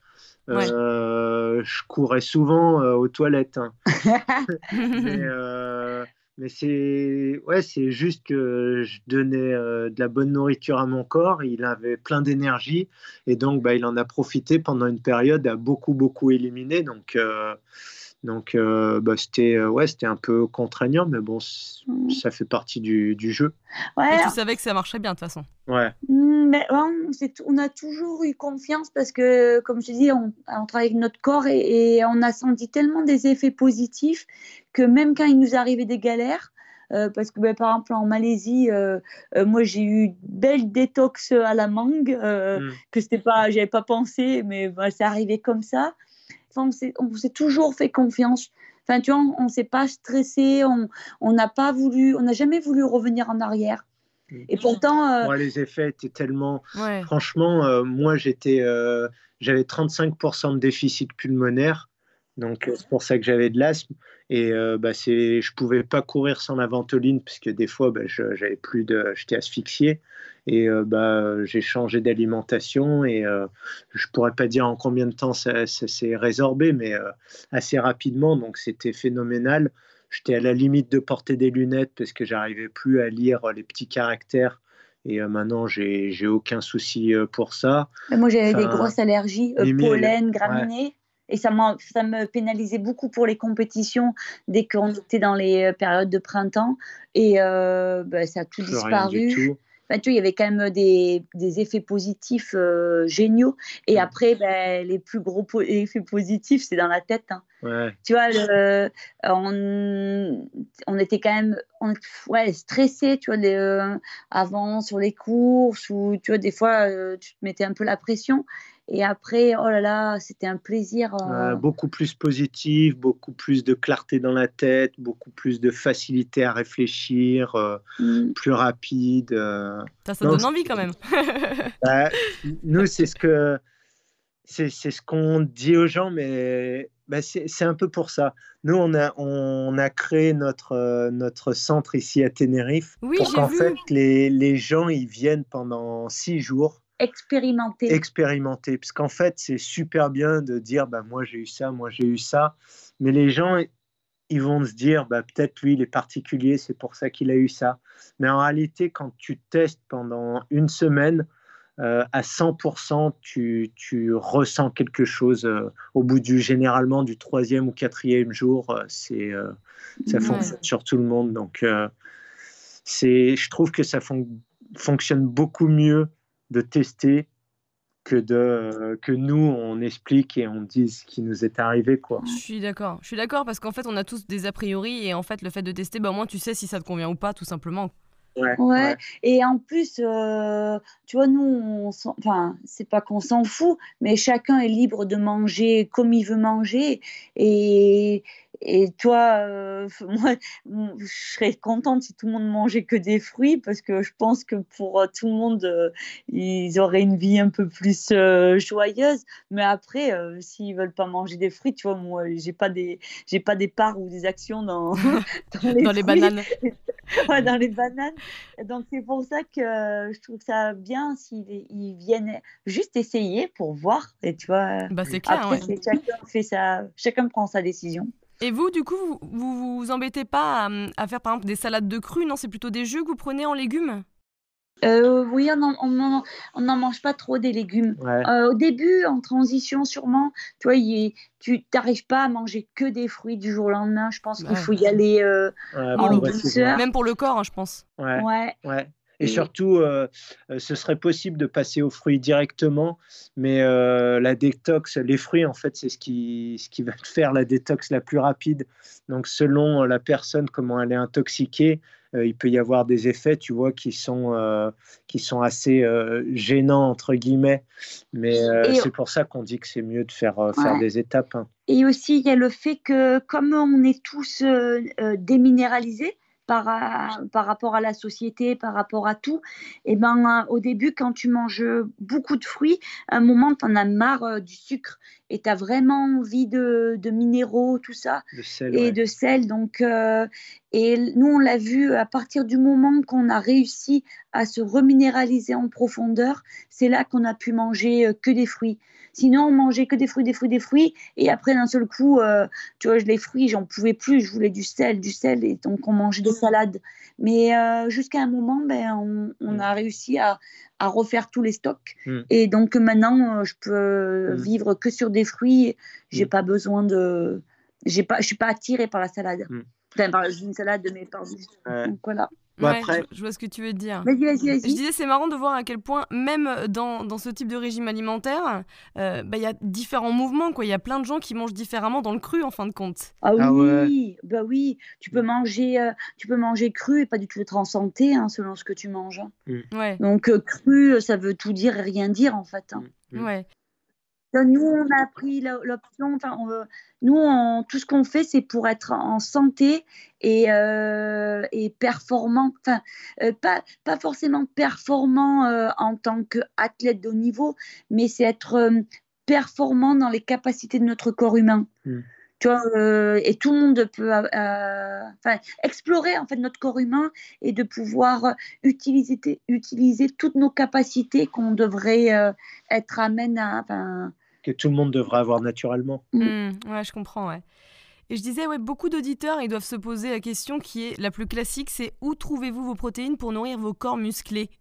euh, je courais souvent euh, aux toilettes. Hein. mais euh, mais c'est ouais, c'est juste que je donnais euh, de la bonne nourriture à mon corps, il avait plein d'énergie et donc bah, il en a profité pendant une période à beaucoup, beaucoup éliminer. Donc, euh, Donc, euh, bah, c'était euh, ouais, c'était un peu contraignant, mais bon, Mm. ça fait partie du, du jeu. Ouais, Et tu savais que ça marchait bien de toute façon. Ouais. mm, mais, ouais, on, s'est- on a toujours eu confiance parce que, comme je te dis, on, on travaille avec notre corps et, et on a senti tellement des effets positifs que même quand il nous arrivait des galères, euh, parce que ben, par exemple en Malaisie, euh, euh, moi j'ai eu une belle détox à la mangue, euh, Mm. que c'était pas, j'avais pas pensé, mais ben, c'est arrivé comme ça. Enfin, on s'est, on s'est toujours fait confiance. Enfin, tu vois, on, on s'est pas stressé, on on n'a pas voulu, on n'a jamais voulu revenir en arrière. Mm. Et pourtant, euh, Moi, les effets étaient tellement. Ouais. Franchement, euh, moi, j'étais, euh, j'avais trente-cinq pour cent de déficit pulmonaire. Donc, euh, c'est pour ça que j'avais de l'asthme. Et euh, bah, c'est, je pouvais pas courir sans la ventoline, parce que des fois, bah, je, j'avais plus de, j'étais asphyxié. Et euh, bah, j'ai changé d'alimentation. Et euh, je pourrais pas dire en combien de temps ça, ça s'est résorbé, mais euh, assez rapidement. Donc, c'était phénoménal. J'étais à la limite de porter des lunettes parce que j'arrivais plus à lire les petits caractères. Et euh, maintenant, j'ai, j'ai aucun souci euh, pour ça. ben, moi j'avais des Enfin, grosses allergies, euh, Mimi, elle- pollen, ouais, graminées. Et ça, m'en- ça me pénalisait beaucoup pour les compétitions dès qu'on était dans les euh, périodes de printemps. Et euh, ben, ça a tout plus rien du disparu. tout. Enfin, tu vois, il y avait quand même des, des effets positifs euh, géniaux. Et Mm. après, ben, les plus gros po- effets positifs, c'est dans la tête, hein. Ouais. Tu vois, le- on, on était quand même on, ouais, stressé, tu vois, les, euh, avant sur les courses, ou tu vois, des fois, euh, tu te mettais un peu la pression. Et après, oh là là, c'était un plaisir. Euh, euh, beaucoup plus positif, beaucoup plus de clarté dans la tête, beaucoup plus de facilité à réfléchir, euh, mm, plus rapide. euh. Ça, ça Non, donne envie quand même. bah, nous, c'est ce que c'est, c'est ce qu'on dit aux gens, mais bah, c'est, c'est un peu pour ça. Nous, on a, on a créé notre, euh, notre centre ici à Tenerife Oui, pour j'ai qu'en vu. fait, les, les gens ils viennent pendant six jours expérimenté. expérimenter. Parce qu'en fait, c'est super bien de dire, bah, moi j'ai eu ça, moi j'ai eu ça. Mais les gens, ils vont se dire, bah, peut-être lui, il est particulier, c'est pour ça qu'il a eu ça. Mais en réalité, quand tu testes pendant une semaine, euh, à cent pour cent, tu, tu ressens quelque chose euh, au bout du, généralement, du troisième ou quatrième jour. euh, c'est, euh, ça Ouais. fonctionne sur tout le monde. Donc, euh, c'est, je trouve que ça fon- fonctionne beaucoup mieux de tester que, de, que nous, on explique et on dit ce qui nous est arrivé, quoi. Je suis d'accord. Je suis d'accord parce qu'en fait, on a tous des a priori et en fait, le fait de tester, bah, au moins, tu sais si ça te convient ou pas, tout simplement. Ouais, Ouais, ouais. et en plus, euh, tu vois, nous, on s'en- enfin, c'est pas qu'on s'en fout, mais chacun est libre de manger comme il veut manger. Et, et toi, euh, moi, m- je serais contente si tout le monde mangeait que des fruits, parce que je pense que pour euh, tout le monde, euh, ils auraient une vie un peu plus euh, joyeuse. Mais après, euh, s'ils veulent pas manger des fruits, tu vois, moi, j'ai pas des, j'ai pas des parts ou des actions dans, dans les Dans les fruits. bananes. Ouais, dans les bananes. Donc c'est pour ça que euh, je trouve ça bien s'ils ils viennent juste essayer pour voir. Et tu vois, Bah, c'est clair, après ouais. c'est chacun fait sa, chacun prend sa décision. Et vous, du coup, vous vous, vous embêtez pas à, à faire par exemple des salades de crues, non? C'est plutôt des jus que vous prenez en légumes? Euh, oui, on n'en on en- on n'en mange pas trop des légumes. Ouais. Euh, au début, en transition sûrement, tu vois, il est- tu n'arrives pas à manger que des fruits du jour au lendemain. Je pense Bah qu'il ouais. faut y aller euh, Ouais, en Mollo. douceur. Même pour le corps, hein, je pense. Ouais, Ouais. ouais. Et Et surtout, euh, euh, ce serait possible de passer aux fruits directement, mais euh, la détox, les fruits, en fait, c'est ce qui, ce qui va te faire la détox la plus rapide. Donc, selon la personne, comment elle est intoxiquée, euh, il peut y avoir des effets, tu vois, qui sont, euh, qui sont assez euh, gênants, entre guillemets. Mais euh, et c'est pour ça qu'on dit que c'est mieux de faire, euh, faire ouais. des étapes, hein. Et aussi, il y a le fait que comme on est tous euh, euh, déminéralisés par, à- par rapport à la société, par rapport à tout, et ben, euh, au début, quand tu manges beaucoup de fruits, à un moment, tu en as marre euh, du sucre et tu as vraiment envie de, de minéraux, tout ça, Le sel, et ouais. de sel. Donc, euh, et nous, on l'a vu à partir du moment qu'on a réussi à se reminéraliser en profondeur, c'est là qu'on a pu manger euh, que des fruits. Sinon, on mangeait que des fruits, des fruits, des fruits. Et après, d'un seul coup, euh, tu vois, les fruits, j'en pouvais plus. Je voulais du sel, du sel. Et donc, on mangeait des salades. Mais euh, jusqu'à un moment, ben, on, on Mm. a réussi à, à refaire tous les stocks. Mm. Et donc, maintenant, euh, je peux Mm. vivre que sur des fruits. J'ai Mm. pas besoin de, j'ai pas, je suis pas attirée par la salade. Mm. Enfin, par une salade, mais par... Ouais. Donc voilà. Bon, Ouais, après, je, je vois ce que tu veux dire. Vas-y, vas-y, Je vas-y. disais, c'est marrant de voir à quel point, même dans, dans ce type de régime alimentaire, euh, bah, y a différents mouvements, quoi. Il y a plein de gens qui mangent différemment dans le cru, en fin de compte. Ah Ah ouais. oui, bah oui, tu peux manger, euh, tu peux manger cru et pas du tout être en santé, hein, selon ce que tu manges. Ouais, Donc euh, cru, ça veut tout dire et rien dire en fait. hein. Mm. ouais. Donc, nous, on a pris la- l'option, enfin, on, euh, nous, on- tout ce qu'on fait, c'est pour être en santé et, euh, et performant, enfin, euh, pas, pas forcément performant euh, en tant qu'athlète de haut niveau, mais c'est être euh, performant dans les capacités de notre corps humain. Mm. Tu vois, euh, et tout le monde peut euh, enfin, explorer en fait notre corps humain et de pouvoir utiliser, utiliser toutes nos capacités qu'on devrait euh, être amène à. Enfin, Que tout le monde devrait avoir naturellement. Mm, ouais, je comprends, ouais. Et je disais, ouais, beaucoup d'auditeurs, ils doivent se poser la question qui est la plus classique, c'est où trouvez-vous vos protéines pour nourrir vos corps musclés?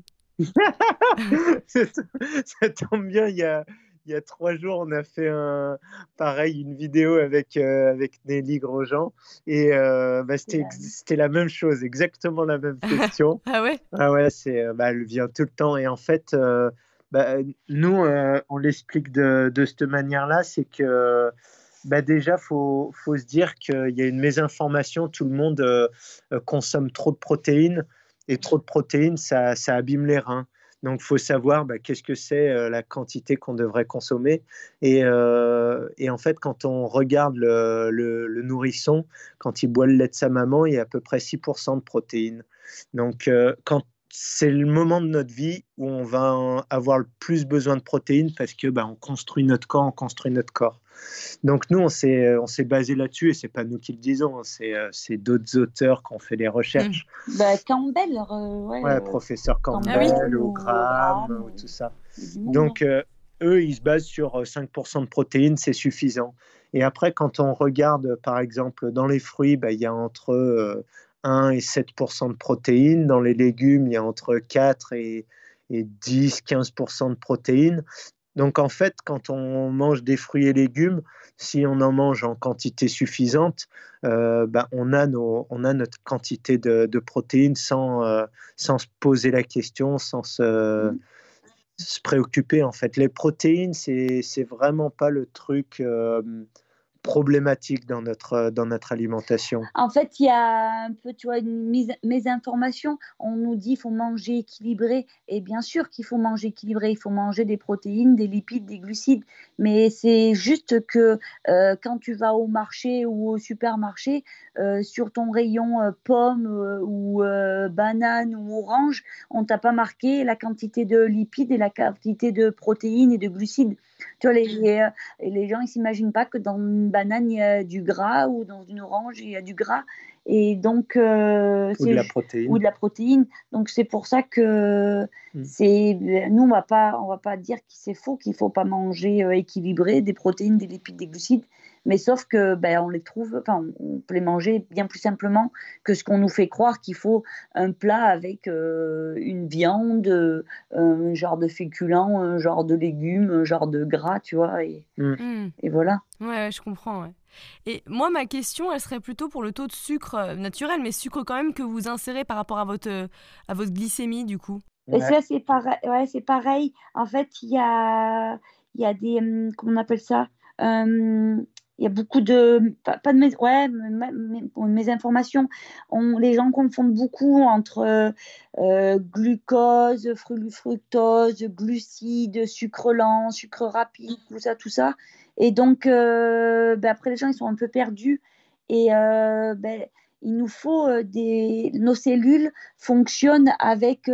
Ça tombe bien, il y a, il y a trois jours, on a fait un, pareil, une vidéo avec, euh, avec Nelly Grosjean. Et euh, bah, c'était, ex- c'était la même chose, exactement la même question. Ah ouais? Ah ouais, c'est, euh, bah, elle vient tout le temps. Et en fait, euh, bah, nous, euh, on l'explique de, de cette manière-là, c'est que bah, déjà, il faut, faut se dire qu'il y a une mésinformation. Tout le monde euh, euh, consomme trop de protéines. Et trop de protéines, ça, ça abîme les reins. Donc, il faut savoir bah, qu'est-ce que c'est euh, la quantité qu'on devrait consommer. Et, euh, et en fait, quand on regarde le, le, le nourrisson, quand il boit le lait de sa maman, il y a à peu près six pour cent de protéines. Donc, euh, quand c'est le moment de notre vie où on va avoir le plus besoin de protéines parce que bah, on construit notre corps, on construit notre corps. Donc nous, on s'est, on s'est basé là-dessus et c'est pas nous qui le disons, hein, c'est, euh, c'est d'autres auteurs qui ont fait des recherches. Mmh. Bah, Campbell, euh, ouais, Ouais, euh, professeur Campbell, Ah oui. ou Graham, Graham, ou tout ça. du monde, Donc euh, eux, ils se basent sur cinq pour cent de protéines, c'est suffisant. Et après, quand on regarde, par exemple, dans les fruits, bah, il y a entre euh, un et sept pour cent de protéines. Dans les légumes, il y a entre quatre et, et dix, quinze pour cent de protéines. Donc en fait, quand on mange des fruits et légumes, si on en mange en quantité suffisante, euh, bah, on, a nos, on a notre quantité de, de protéines sans, euh, sans se poser la question, sans se, Mmh. se préoccuper. En fait, les protéines, c'est, c'est vraiment pas le truc euh, problématique dans notre, dans notre alimentation. En fait, il y a un peu, tu vois, une mise, mésinformation. On nous dit qu'il faut manger équilibré. Et bien sûr qu'il faut manger équilibré. Il faut manger des protéines, des lipides, des glucides. Mais c'est juste que euh, quand tu vas au marché ou au supermarché, euh, sur ton rayon euh, pommes euh, ou euh, bananes ou oranges, on t'a pas marqué la quantité de lipides et la quantité de protéines et de glucides. Tu vois, les, les, les gens, ils s'imaginent pas que dans une banane, il y a du gras ou dans une orange, il y a du gras. Et donc, euh, Ou de la protéine. Ou de la protéine. Donc, c'est pour ça que Mm. c'est, nous, on va pas, on va pas dire que c'est faux, qu'il faut pas manger euh, équilibré, des protéines, des lipides, des glucides. Mais sauf que ben, on les trouve, enfin, on peut les manger bien plus simplement que ce qu'on nous fait croire qu'il faut un plat avec euh, une viande, euh, un genre de féculent, un genre de légumes, un genre de gras, tu vois. Et, Mm. Mm. et voilà. Ouais, ouais, je comprends, ouais. Et moi, ma question, elle serait plutôt pour le taux de sucre euh, naturel, mais sucre quand même que vous insérez par rapport à votre, euh, à votre glycémie, du coup. Et Ouais. ça, c'est pareil. Ouais, c'est pareil. En fait, il y a, il y a des. hum, Comment on appelle ça? Euh, Il y a beaucoup de. Pas, pas de mes, ouais, mes, mes- mes informations. On, les gens confondent beaucoup entre euh, euh, glucose, fru- fructose, glucides, sucre lent, sucre rapide, tout ça, tout ça. Et donc, euh, ben, après, les gens, ils sont un peu perdus. Et euh, ben, il nous faut euh, des. Nos cellules fonctionne avec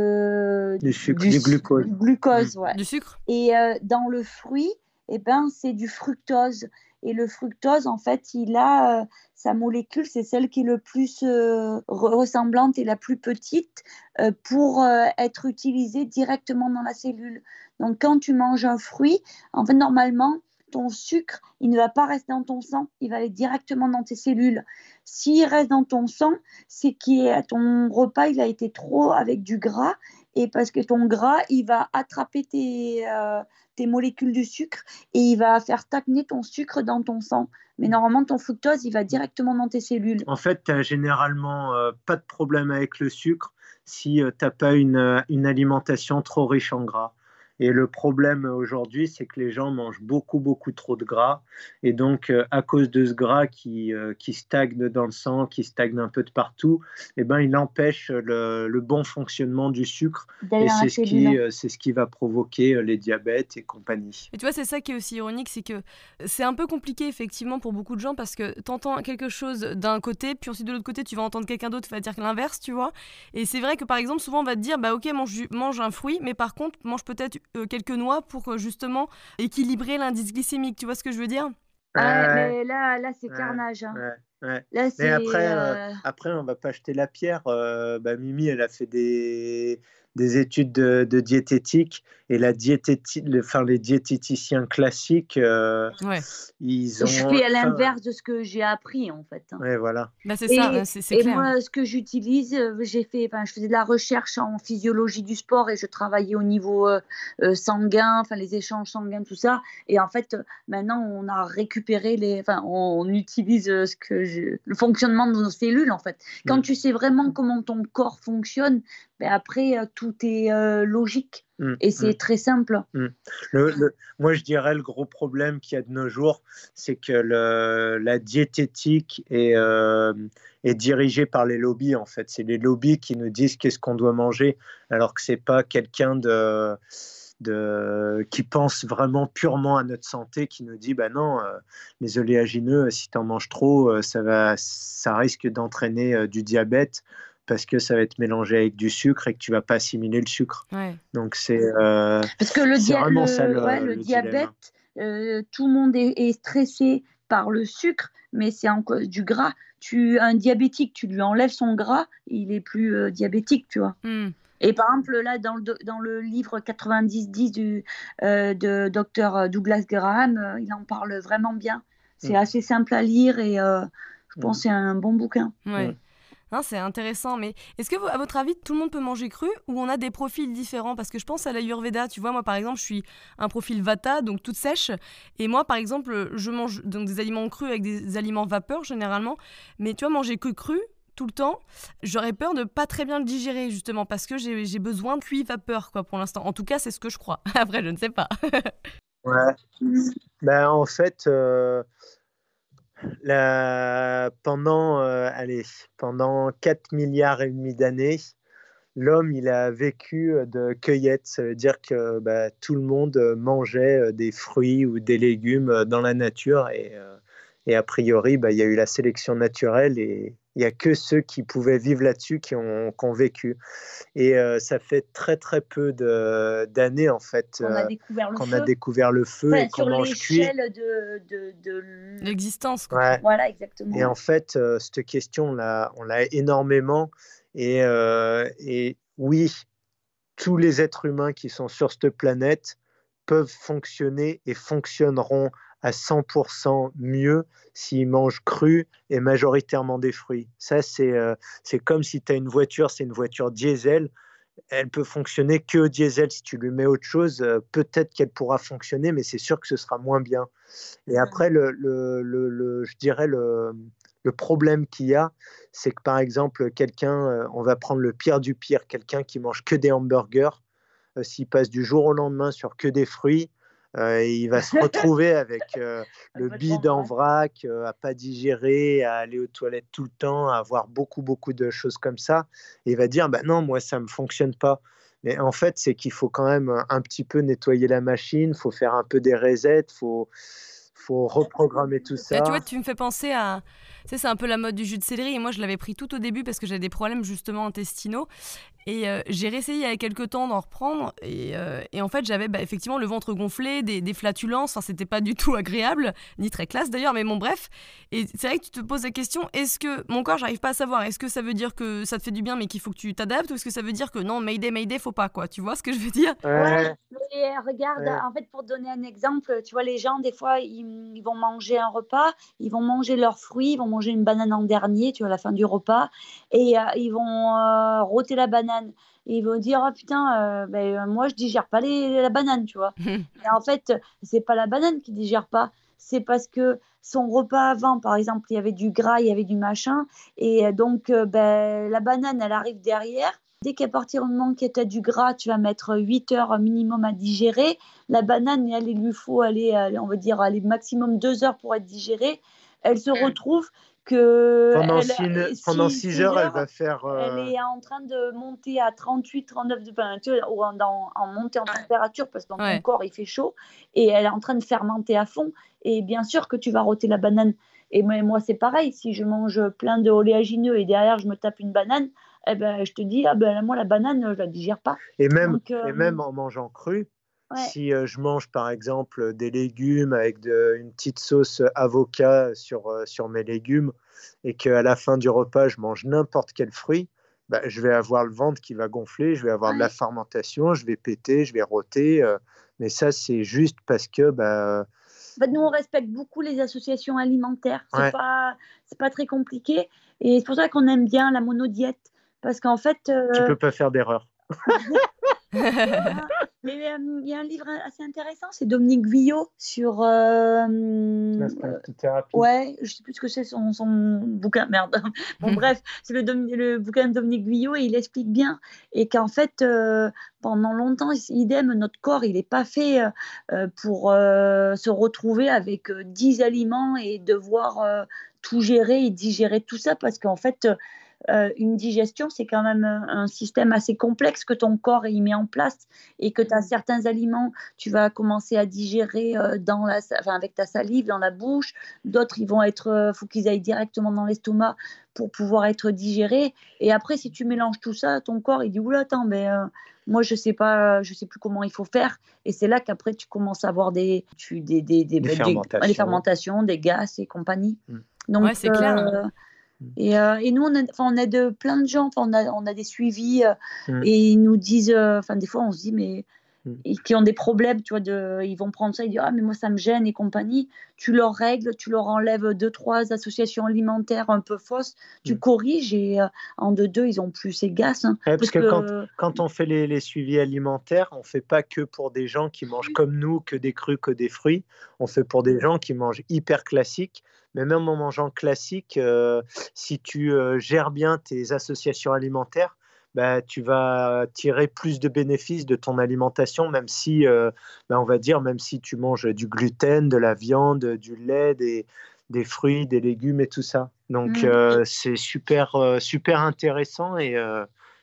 euh, Du sucre, du, du glucose. du glucose. Ouais. Du sucre? Et euh, dans le fruit, eh ben, c'est du fructose. Et le fructose, en fait, il a euh, sa molécule, c'est celle qui est le plus euh, ressemblante et la plus petite euh, pour euh, être utilisée directement dans la cellule. Donc, quand tu manges un fruit, en fait, normalement, ton sucre, il ne va pas rester dans ton sang, il va aller directement dans tes cellules. S'il reste dans ton sang, c'est que ton repas il a été trop avec du gras et parce que ton gras, il va attraper tes, euh, tes molécules du sucre et il va faire stagner ton sucre dans ton sang. Mais normalement, ton fructose, il va directement dans tes cellules. En fait, tu n'as généralement euh, pas de problème avec le sucre si euh, tu n'as pas une, euh, une alimentation trop riche en gras. Et le problème aujourd'hui, c'est que les gens mangent beaucoup, beaucoup trop de gras. Et donc, euh, à cause de ce gras qui, euh, qui stagne dans le sang, qui stagne un peu de partout, eh ben, il empêche le, le bon fonctionnement du sucre. D'aller Et dans la c'est ce, cellule. qui, euh, c'est ce qui va provoquer euh, les diabètes et compagnie. Et tu vois, c'est ça qui est aussi ironique, c'est que c'est un peu compliqué effectivement pour beaucoup de gens parce que tu entends quelque chose d'un côté, puis ensuite de l'autre côté, tu vas entendre quelqu'un d'autre qui va dire l'inverse, tu vois. Et c'est vrai que par exemple, souvent on va te dire, bah ok, mange, mange un fruit, mais par contre, mange peut-être euh, quelques noix pour euh, justement équilibrer l'indice glycémique, tu vois ce que je veux dire? Ah, Ouais, mais là, là c'est ouais, carnage. Hein. ouais, ouais. Là, Mais c'est. après, euh, euh, après, on va pas jeter la pierre. Euh, bah, Mimi, elle a fait des, des études de, de diététique et la diététi- le- enfin, les diététiciens classiques, euh, Ouais, ils Je ont. fais à enfin, l'inverse de ce que j'ai appris, en fait. ouais, voilà. bah c'est ça, Et, euh, c'est c'est et clair. moi, ce que j'utilise, euh, j'ai fait, enfin, je faisais de la recherche en physiologie du sport et je travaillais au niveau euh, euh, sanguin, enfin les échanges sanguins, tout ça. Et en fait, euh, maintenant, on a récupéré les, enfin, on, on utilise euh, ce que je- le fonctionnement de nos cellules, en fait. Quand Mm, tu sais vraiment comment ton corps fonctionne, ben après, euh, tout est euh, logique mm, et mm. c'est très simple. Mm. Le- le- moi, je dirais le gros problème qu'il y a de nos jours, c'est que le- la diététique est, euh, est dirigée par les lobbies, en fait. C'est les lobbies qui nous disent qu'est-ce qu'on doit manger, alors que c'est pas quelqu'un de, de, qui pense vraiment purement à notre santé, qui nous dit, bah non, euh, les oléagineux, si tu en manges trop, euh, ça va, ça risque d'entraîner euh, du diabète parce que ça va être mélangé avec du sucre et que tu vas pas assimiler le sucre. Ouais. Donc c'est euh, Parce que le, c'est dia- vraiment ça le, le, ouais, le le dilemme. diabète, euh, tout le monde est, est stressé par le sucre, mais c'est en cause du gras. Tu, un diabétique, tu lui enlèves son gras, il est plus euh, diabétique, tu vois. Hmm. Et par exemple, là, dans le, do- dans le livre quatre-vingt-dix dix du, euh, de docteur Douglas Graham, euh, il en parle vraiment bien. C'est Mm. assez simple à lire et euh, je Mm. pense que c'est un bon bouquin. Ouais. Mm. Hein, c'est intéressant, mais est-ce que, vous- à votre avis, tout le monde peut manger cru ou on a des profils différents? Parce que je pense à l'Ayurveda, tu vois, moi par exemple, je suis un profil Vata, donc toute sèche, et moi par exemple, je mange donc des aliments crus avec des aliments vapeur généralement, mais tu vois, manger que cru tout le temps, j'aurais peur de pas très bien le digérer justement, parce que j'ai j'ai besoin de cuit vapeur, quoi, pour l'instant. En tout cas, c'est ce que je crois. Après, je ne sais pas. Ouais. Ben, en fait, euh, la- pendant, euh, allez, pendant quatre milliards et demi d'années, l'homme, il a vécu de cueillette. Ça veut dire que bah, tout le monde mangeait des fruits ou des légumes dans la nature. Et, euh, et a priori, bah, il y a eu la sélection naturelle et il n'y a que ceux qui pouvaient vivre là-dessus qui ont, qui ont vécu. Et euh, ça fait très, très peu de, d'années, en fait, On a euh, découvert le qu'on feu. a découvert le feu Enfin, et qu'on sur mange cuit. l'échelle de, de, de... L'existence, quoi. Ouais. Voilà, exactement. Et en fait, euh, cette question, on l'a, on l'a énormément. Et, euh, et oui, tous les êtres humains qui sont sur cette planète peuvent fonctionner et fonctionneront à cent pour cent mieux s'ils mangent cru et majoritairement des fruits. Ça, c'est, euh, c'est comme si tu as une voiture, c'est une voiture diesel. Elle peut fonctionner que au diesel. Si tu lui mets autre chose, euh, peut-être qu'elle pourra fonctionner, mais c'est sûr que ce sera moins bien. Et après, le, le, le, le- je dirais le, le problème qu'il y a, c'est que par exemple, quelqu'un, euh, on va prendre le pire du pire, quelqu'un qui mange que des hamburgers, euh, s'il passe du jour au lendemain sur que des fruits, euh, il va se retrouver avec euh, le bide en vrac, euh, à pas digérer, à aller aux toilettes tout le temps, à avoir beaucoup, beaucoup de choses comme ça. Et il va dire, bah non, moi, ça me fonctionne pas. Mais en fait, c'est qu'il faut quand même un petit peu nettoyer la machine, il faut faire un peu des resets, il faut, faut reprogrammer tout Là, ça. tu vois, tu me fais penser à... Tu sais, c'est un peu la mode du jus de céleri. Et moi, je l'avais pris tout au début parce que j'avais des problèmes justement intestinaux. Et euh, j'ai réessayé il y a quelques temps d'en reprendre. Et, euh, et en fait, j'avais bah, effectivement le ventre gonflé, des, des flatulences. Enfin, c'était pas du tout agréable, ni très classe d'ailleurs, mais bon, bref. Et c'est vrai que tu te poses la question, est-ce que mon corps, j'arrive pas à savoir, est-ce que ça veut dire que ça te fait du bien, mais qu'il faut que tu t'adaptes, ou est-ce que ça veut dire que non, Mayday, Mayday, faut pas, quoi. Tu vois ce que je veux dire? Ouais, mais regarde, Ouais. en fait, pour donner un exemple, tu vois, les gens, des fois, ils, ils vont manger un repas, ils vont manger leurs fruits, ils vont manger une banane en dernier, tu vois, à la fin du repas, et euh, ils vont euh, rôter la banane. Et ils vont dire, ah putain, euh, ben, euh, moi je digère pas les, la banane, tu vois. Et en fait, c'est pas la banane qui digère pas, c'est parce que son repas avant, par exemple, il y avait du gras, il y avait du machin, et euh, donc euh, ben, la banane, elle arrive derrière. Dès qu'à partir du moment que tu as du gras, tu vas mettre huit heures minimum à digérer. La banane, elle, il lui faut aller, aller, on va dire, aller maximum deux heures pour être digérée. Elle se retrouve que Pendant elle, six, pendant six, six six heures, elle heures, va faire... elle euh, est en train de monter à trente-huit, trente-neuf, enfin, tu vois, ou en, en, en montée en température parce que dans Ouais. ton corps, il fait chaud. Et elle est en train de fermenter à fond. Et bien sûr que tu vas rôter la banane. Et moi, moi, c'est pareil. Si je mange plein de oléagineux et derrière, je me tape une banane, eh ben, je te dis, ah ben, moi, la banane, je la digère pas. Et même, Donc, euh, et même en mangeant cru, ouais. si euh, je mange par exemple des légumes avec de, une petite sauce avocat sur, euh, sur mes légumes et qu'à la fin du repas, je mange n'importe quel fruit, bah, je vais avoir le ventre qui va gonfler, je vais avoir de la Ouais. fermentation, je vais péter, je vais rôter. euh, mais ça, c'est juste parce que... Bah, En fait, nous, on respecte beaucoup les associations alimentaires. C'est ouais, pas, c'est pas très compliqué. Et c'est pour ça qu'on aime bien la monodiète. Parce qu'en fait, tu euh, peux pas faire d'erreur. voilà. Mais euh, il y a un livre assez intéressant, c'est Dominique Guyot sur. euh, euh, thérapie. ouais, je sais plus ce que c'est son, son bouquin, merde. Bon, bref, c'est le, Dom- le bouquin de Dominique Guyot et il explique bien. Et qu'en fait, euh, pendant longtemps, idem, notre corps, il n'est pas fait euh, pour euh, se retrouver avec euh, dix aliments et devoir euh, tout gérer et digérer tout ça parce qu'en fait, euh, une digestion, c'est quand même un, un système assez complexe que ton corps il met en place et que tu as certains aliments, tu vas commencer à digérer euh, dans la, enfin, avec ta salive, dans la bouche. D'autres, ils vont être, euh, faut qu'ils aillent directement dans l'estomac pour pouvoir être digérés. Et après, si tu mélanges tout ça, ton corps, il dit, oula, attends, ben, euh, moi, je sais pas, je sais plus comment il faut faire. Et c'est là qu'après, tu commences à avoir des, tu, des, des, des, Des des, fermentations. des fermentations, des gaz et compagnie. Mm. Donc, Ouais, c'est clair. euh, et, euh, et nous, on, a, on aide plein de gens, on a, on a des suivis euh, Mm. et ils nous disent, enfin, des fois, on se dit, mais Mm. qui ont des problèmes, tu vois, de, ils vont prendre ça, ils disent, ah, mais moi, ça me gêne et compagnie. Tu leur règles, tu leur enlèves deux, trois associations alimentaires un peu fausses, tu Mm. corriges et euh, en deux, deux, ils ont plus ces gaz. Hein, Ouais, parce parce que, que, quand, quand on fait les, les suivis alimentaires, on ne fait pas que pour des gens qui mangent comme nous, que des crus, que des fruits. On fait pour des gens qui mangent hyper classique. Mais même en mangeant classique, euh, si tu euh, gères bien tes associations alimentaires, bah, tu vas tirer plus de bénéfices de ton alimentation, même si, euh, bah, on va dire, même si tu manges du gluten, de la viande, du lait, des, des fruits, des légumes et tout ça. Donc, Mm. euh, c'est super, euh, super intéressant et, euh,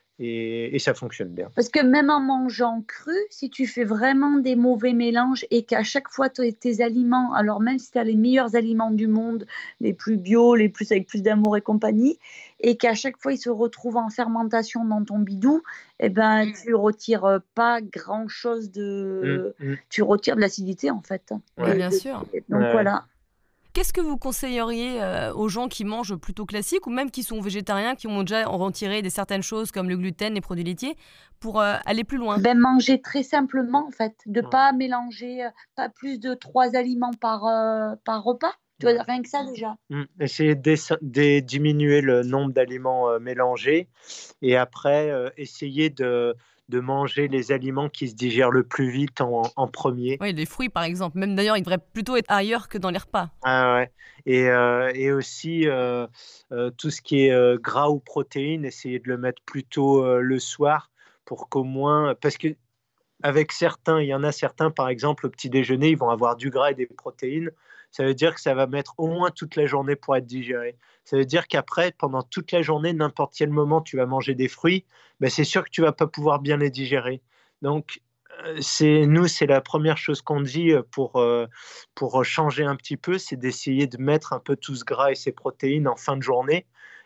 et, et ça fonctionne bien. Parce que même en mangeant cru, si tu fais vraiment des mauvais mélanges et qu'à chaque fois tes, tes aliments, alors même si tu as les meilleurs aliments du monde, les plus bio, les plus avec plus d'amour et compagnie, et qu'à chaque fois ils se retrouvent en fermentation dans ton bidou, eh ben tu retires pas grand chose de, Mmh, mmh. tu retires de l'acidité en fait. Ouais, Et bien de- sûr. Donc Ouais. voilà. Qu'est-ce que vous conseilleriez euh, aux gens qui mangent plutôt classique ou même qui sont végétariens, qui ont déjà retiré des certaines choses comme le gluten, les produits laitiers, pour euh, aller plus loin? Ben, manger très simplement en fait, de Ouais. pas mélanger euh, pas plus de trois aliments par, euh, par repas. Tu vois, Ouais. rien que ça déjà. Mmh. Essayer de, dessa- de diminuer le nombre d'aliments euh, mélangés et après euh, essayer de, de manger les aliments qui se digèrent le plus vite en, en premier. Oui, les fruits par exemple. Même d'ailleurs, ils devraient plutôt être ailleurs que dans les repas. Ah ouais. Et, euh, et aussi euh, euh, tout ce qui est euh, gras ou protéines, essayer de le mettre plutôt euh, le soir pour qu'au moins, parce que avec certains, il y en a certains, par exemple, au petit déjeuner, ils vont avoir du gras et des protéines. Ça veut dire que ça va mettre au moins toute la journée pour être digéré. Ça veut dire qu'après, pendant toute la journée, n'importe quel moment, tu vas manger des fruits, ben c'est sûr que tu vas pas pouvoir bien les digérer. Donc, euh, c'est, nous, c'est la première chose qu'on dit pour, euh, pour changer un petit peu, c'est d'essayer de mettre un peu tout ce gras et ces protéines en fin de journée.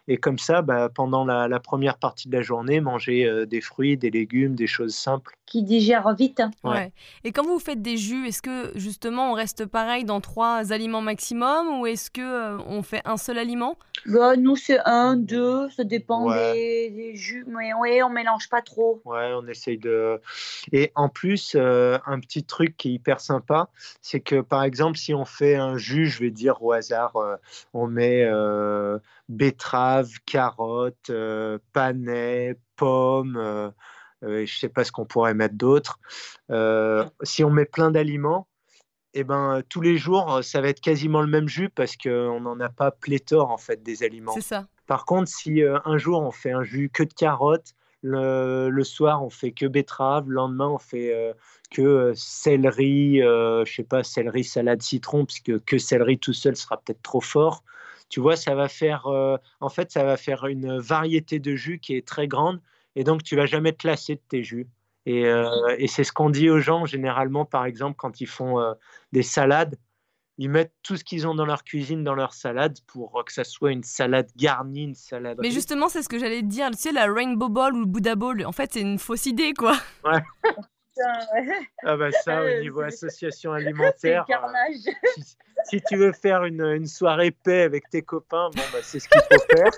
Et comme ça, bah, pendant la, la première partie de la journée, manger euh, des fruits, des légumes, des choses simples. Qui digère vite. Ouais. Ouais. Et quand vous faites des jus, est-ce que justement on reste pareil dans trois aliments maximum ou est-ce que euh, on fait un seul aliment? Bah, nous, c'est un, deux, ça dépend Ouais. des, des jus. Mais ouais, on mélange pas trop. Ouais, on essaye de. Et en plus, euh, un petit truc qui est hyper sympa, c'est que par exemple, si on fait un jus, je vais dire au hasard, euh, on met euh, betterave, carotte, euh, panais, pommes, euh, euh, je sais pas ce qu'on pourrait mettre d'autre. Euh, si on met plein d'aliments, eh ben, tous les jours, ça va être quasiment le même jus parce qu'on n'en a pas pléthore en fait des aliments. C'est ça. Par contre, si euh, un jour on fait un jus que de carottes, le, le soir on fait que betterave, le lendemain on fait euh, que euh, céleri, euh, je sais pas, céleri salade citron, parce que que céleri tout seul sera peut-être trop fort. Tu vois, ça va faire, euh, en fait, ça va faire une variété de jus qui est très grande, et donc tu vas jamais te lasser de tes jus. Et, euh, et c'est ce qu'on dit aux gens généralement, par exemple, quand ils font euh, des salades. Ils mettent tout ce qu'ils ont dans leur cuisine dans leur salade pour que ça soit une salade garnie, une salade Mais riche. justement, c'est ce que j'allais te dire. Tu sais, la Rainbow Ball ou le Buddha Ball, en fait, c'est une fausse idée, quoi. Ouais. Putain, ouais. Ah bah ça, au Euh, niveau c'est- association C'est alimentaire, le carnage. euh, si, si tu veux faire une, une soirée paix avec tes copains, bon bah c'est ce qu'il faut faire.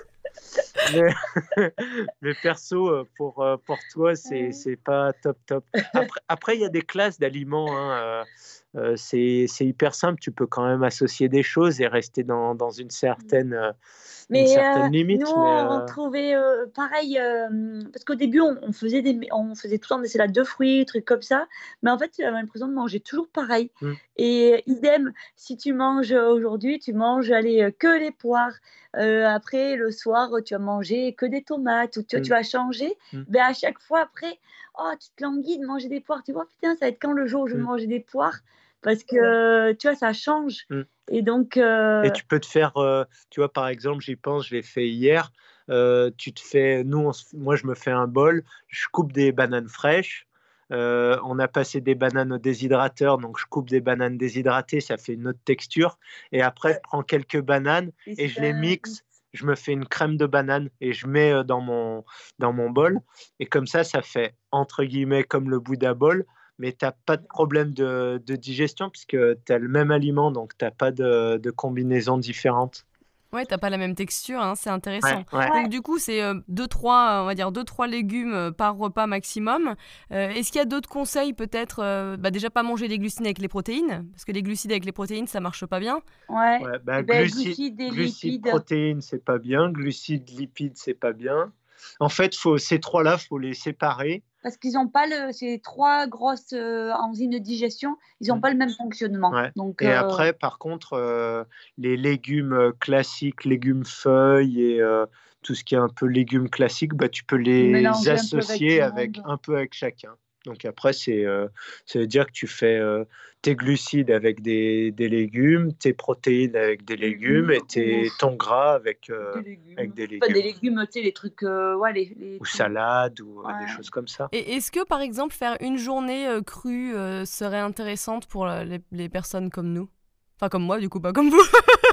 Mais, mais perso, euh, pour, euh, pour toi, c'est c'est pas top top. Après, après, il y a des classes d'aliments. Hein, euh, euh, c'est c'est hyper simple. Tu peux quand même associer des choses et rester dans, dans une certaine, euh, une Mais certaine euh, limite. nous, mais, on euh, trouvait euh, pareil, euh, parce qu'au début, on, on faisait des, on faisait tout le temps des salades de fruits, des trucs comme ça. Mais en fait, j'avais l'impression de manger toujours pareil. Mm. Et idem, si tu manges aujourd'hui, tu manges allez, euh, que les poires. Euh, après, le soir, tu vas manger que des tomates, ou tu, Mm. tu vas changer. Mm. Ben, à chaque fois, après, oh, tu te languis de manger des poires. Tu vois, putain, ça va être quand le jour où je vais Mm. manger des poires? Parce que, tu vois, ça change. Mm. Et donc, euh, Et tu peux te faire, euh, tu vois, par exemple, j'y pense, je l'ai fait hier. euh, tu te fais, nous, on se- moi, je me fais un bol, je coupe des bananes fraîches. euh, on a passé des bananes au déshydrateur, donc je coupe des bananes déshydratées, ça fait une autre texture. Et après, je prends quelques bananes et je les mixe. Je me fais une crème de banane et je mets euh, dans mon, dans mon bol. Et comme ça, ça fait, entre guillemets, comme le Bouddha bol, mais tu n'as pas de problème de, de digestion puisque tu as le même aliment, donc tu n'as pas de, de combinaison différente. Ouais, t'as pas la même texture, hein, c'est intéressant. Ouais, ouais. Donc du coup, c'est deux trois, on va dire deux trois légumes euh, par repas maximum. Euh, est-ce qu'il y a d'autres conseils peut-être euh, bah, déjà pas manger les glucides avec les protéines, parce que les glucides avec les protéines, ça marche pas bien. ouais. Ouais, bah, Eh ben, glucides, glucides et glucides, lipides. protéines, c'est pas bien. Glucides, lipides, c'est pas bien. En fait, faut, ces trois-là, il faut les séparer. Parce qu'ils n'ont pas le, ces trois grosses euh, enzymes de digestion, ils n'ont Mm. pas le même fonctionnement. Ouais. Donc, Et euh, après, par contre, euh, les légumes euh, classiques, légumes feuilles et euh, tout ce qui est un peu légumes classiques, bah, tu peux les mélanger un peu associer avec, avec, tout le un monde. peu avec chacun. Donc après, c'est, euh, ça veut dire que tu fais euh, tes glucides avec des, des légumes, tes protéines avec des légumes et tes, ton gras avec, euh, Des légumes. avec des Pas légumes. des légumes, tu sais, les trucs, euh, ouais, les, les Ou trucs- salade, ou euh, Ouais. des choses comme ça. Et est-ce que par exemple faire une journée euh, crue euh, serait intéressante pour euh, les, les personnes comme nous? Enfin comme moi du coup, pas comme vous.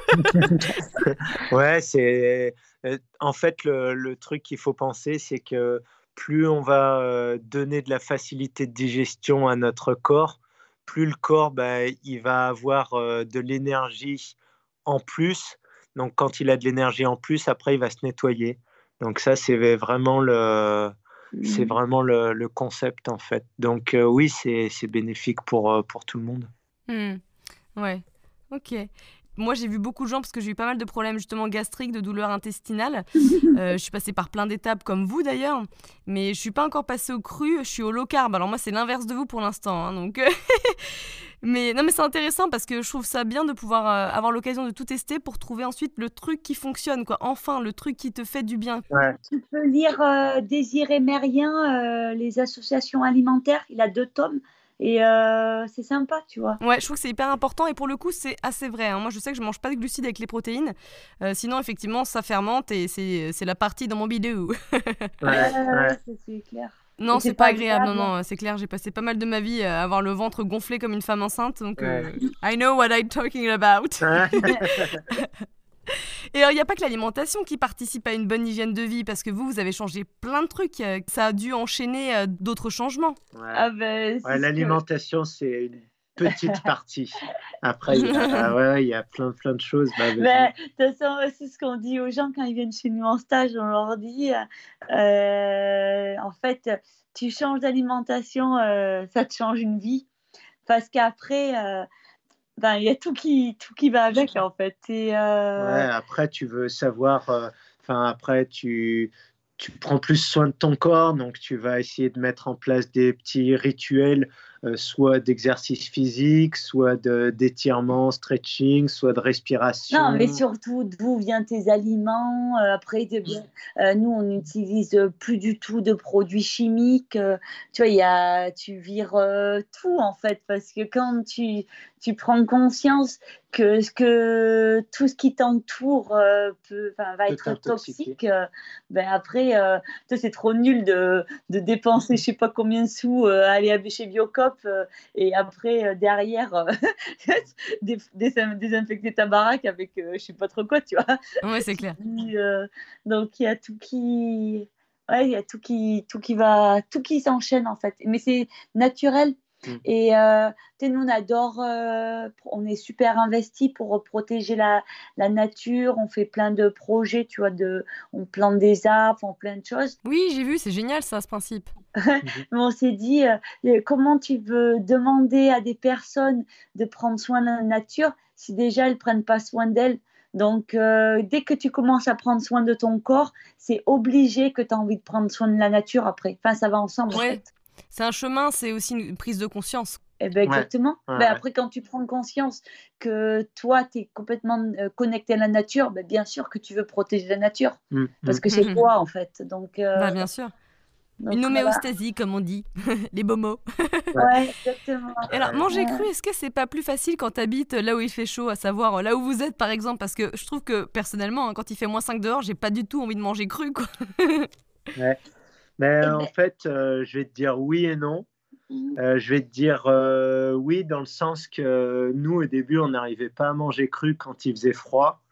Ouais, c'est euh, en fait le, le truc qu'il faut penser, c'est que plus on va euh, donner de la facilité de digestion à notre corps, plus le corps bah, il va avoir euh, de l'énergie en plus. Donc quand il a de l'énergie en plus, après il va se nettoyer. Donc ça c'est vraiment le c'est Mhm. vraiment le, le concept en fait. Donc euh, oui, c'est c'est bénéfique pour euh, pour tout le monde. Hmm. Ouais, ok. Moi, j'ai vu beaucoup de gens parce que j'ai eu pas mal de problèmes justement gastriques, de douleurs intestinales. Euh, je suis passée par plein d'étapes comme vous d'ailleurs, mais je suis pas encore passée au cru, je suis au low carb. Alors moi, c'est l'inverse de vous pour l'instant, hein, donc. Mais non, mais c'est intéressant parce que je trouve ça bien de pouvoir euh, avoir l'occasion de tout tester pour trouver ensuite le truc qui fonctionne, quoi. Enfin, le truc qui te fait du bien. Ouais. Tu peux lire euh, Désiré Mérien, euh, les associations alimentaires. Il a deux tomes et euh, c'est sympa, tu vois. Ouais, je trouve que c'est hyper important et pour le coup, c'est assez vrai, hein. Moi, je sais que je mange pas de glucides avec les protéines. Euh, sinon, effectivement, ça fermente et c'est c'est la partie dans mon bidou. Ouais, Ouais, ouais. c'est- c'est clair. Non, Et c'est c'est pas pas agréable. Non, agréable. non, c'est clair. J'ai passé pas mal de ma vie à avoir le ventre gonflé comme une femme enceinte, donc Ouais. euh, I know what I'm talking about. Et alors, il n'y a pas que l'alimentation qui participe à une bonne hygiène de vie, parce que vous, vous avez changé plein de trucs. euh, Ça a dû enchaîner euh, d'autres changements. Ouais. Ah ben, c'est Ouais, ce que- l'alimentation, c'est une petite partie. Après, il y a, ouais, ouais, il y a plein, plein de choses. Bah, vas-y. Ben, de toute façon, c'est ce qu'on dit aux gens quand ils viennent chez nous en stage. On leur dit, euh, en fait, tu changes d'alimentation, euh, ça te change une vie. Parce qu'après, euh, ben, il y a tout qui, tout qui va avec, en fait. Et, euh, Ouais, après, tu veux savoir, euh, enfin, après, tu, tu prends plus soin de ton corps, donc tu vas essayer de mettre en place des petits rituels, euh, soit d'exercice physique, soit de- d'étirement, stretching, soit de respiration. Non, mais surtout, d'où viennent tes aliments? Euh, après, de bien, euh, nous, on n'utilise plus du tout de produits chimiques. euh, tu vois, il y a, tu vires euh, tout, en fait, parce que quand tu, tu prends conscience que, ce que tout ce qui t'entoure euh, peut, enfin, va Peut être t'intoxiquer. toxique, euh, ben après, euh, toi, c'est trop nul de, de dépenser je sais pas combien de sous, euh, aller à- chez Biocop, euh, et après, euh, derrière, euh, dé- dé- désinfecter ta baraque avec euh, je sais pas trop quoi, tu vois. Ouais, c'est clair. Puis, euh, donc il y a tout qui, ouais, il y a tout qui, tout qui va, tout qui s'enchaîne en fait. Mais c'est naturel. Mm. Et euh, tu sais, nous on adore, euh, on est super investis pour protéger la, la nature. On fait plein de projets, tu vois, de, on plante des arbres, on plein de choses. Oui, j'ai vu, c'est génial ça, ce principe. Mais on s'est dit, euh, comment tu veux demander à des personnes de prendre soin de la nature si déjà elles ne prennent pas soin d'elles? Donc, euh, dès que tu commences à prendre soin de ton corps, c'est obligé que tu as envie de prendre soin de la nature après. Enfin, ça va ensemble, en Ouais. fait. C'est un chemin, c'est aussi une prise de conscience. Eh ben, exactement. Ouais, Ben, ouais. après, quand tu prends conscience que toi, tu es complètement euh, connecté à la nature, ben, bien sûr que tu veux protéger la nature. Mm, Parce mm. que c'est toi, en fait. Donc, euh, Bah, bien sûr. donc, Une voilà. homéostasie, comme on dit. Les beaux mots. Ouais, exactement. Et alors, manger Ouais. cru, est-ce que c'est pas plus facile quand t'habites là où il fait chaud, à savoir là où vous êtes par exemple? Parce que je trouve que personnellement, hein, quand il fait moins cinq dehors, j'ai pas du tout envie de manger cru, quoi. Ouais. Mais Eh en ben- fait, euh, je vais te dire oui et non. Mhm. Euh, je vais te dire euh, oui dans le sens que nous, au début, on n'arrivait pas à manger cru quand il faisait froid.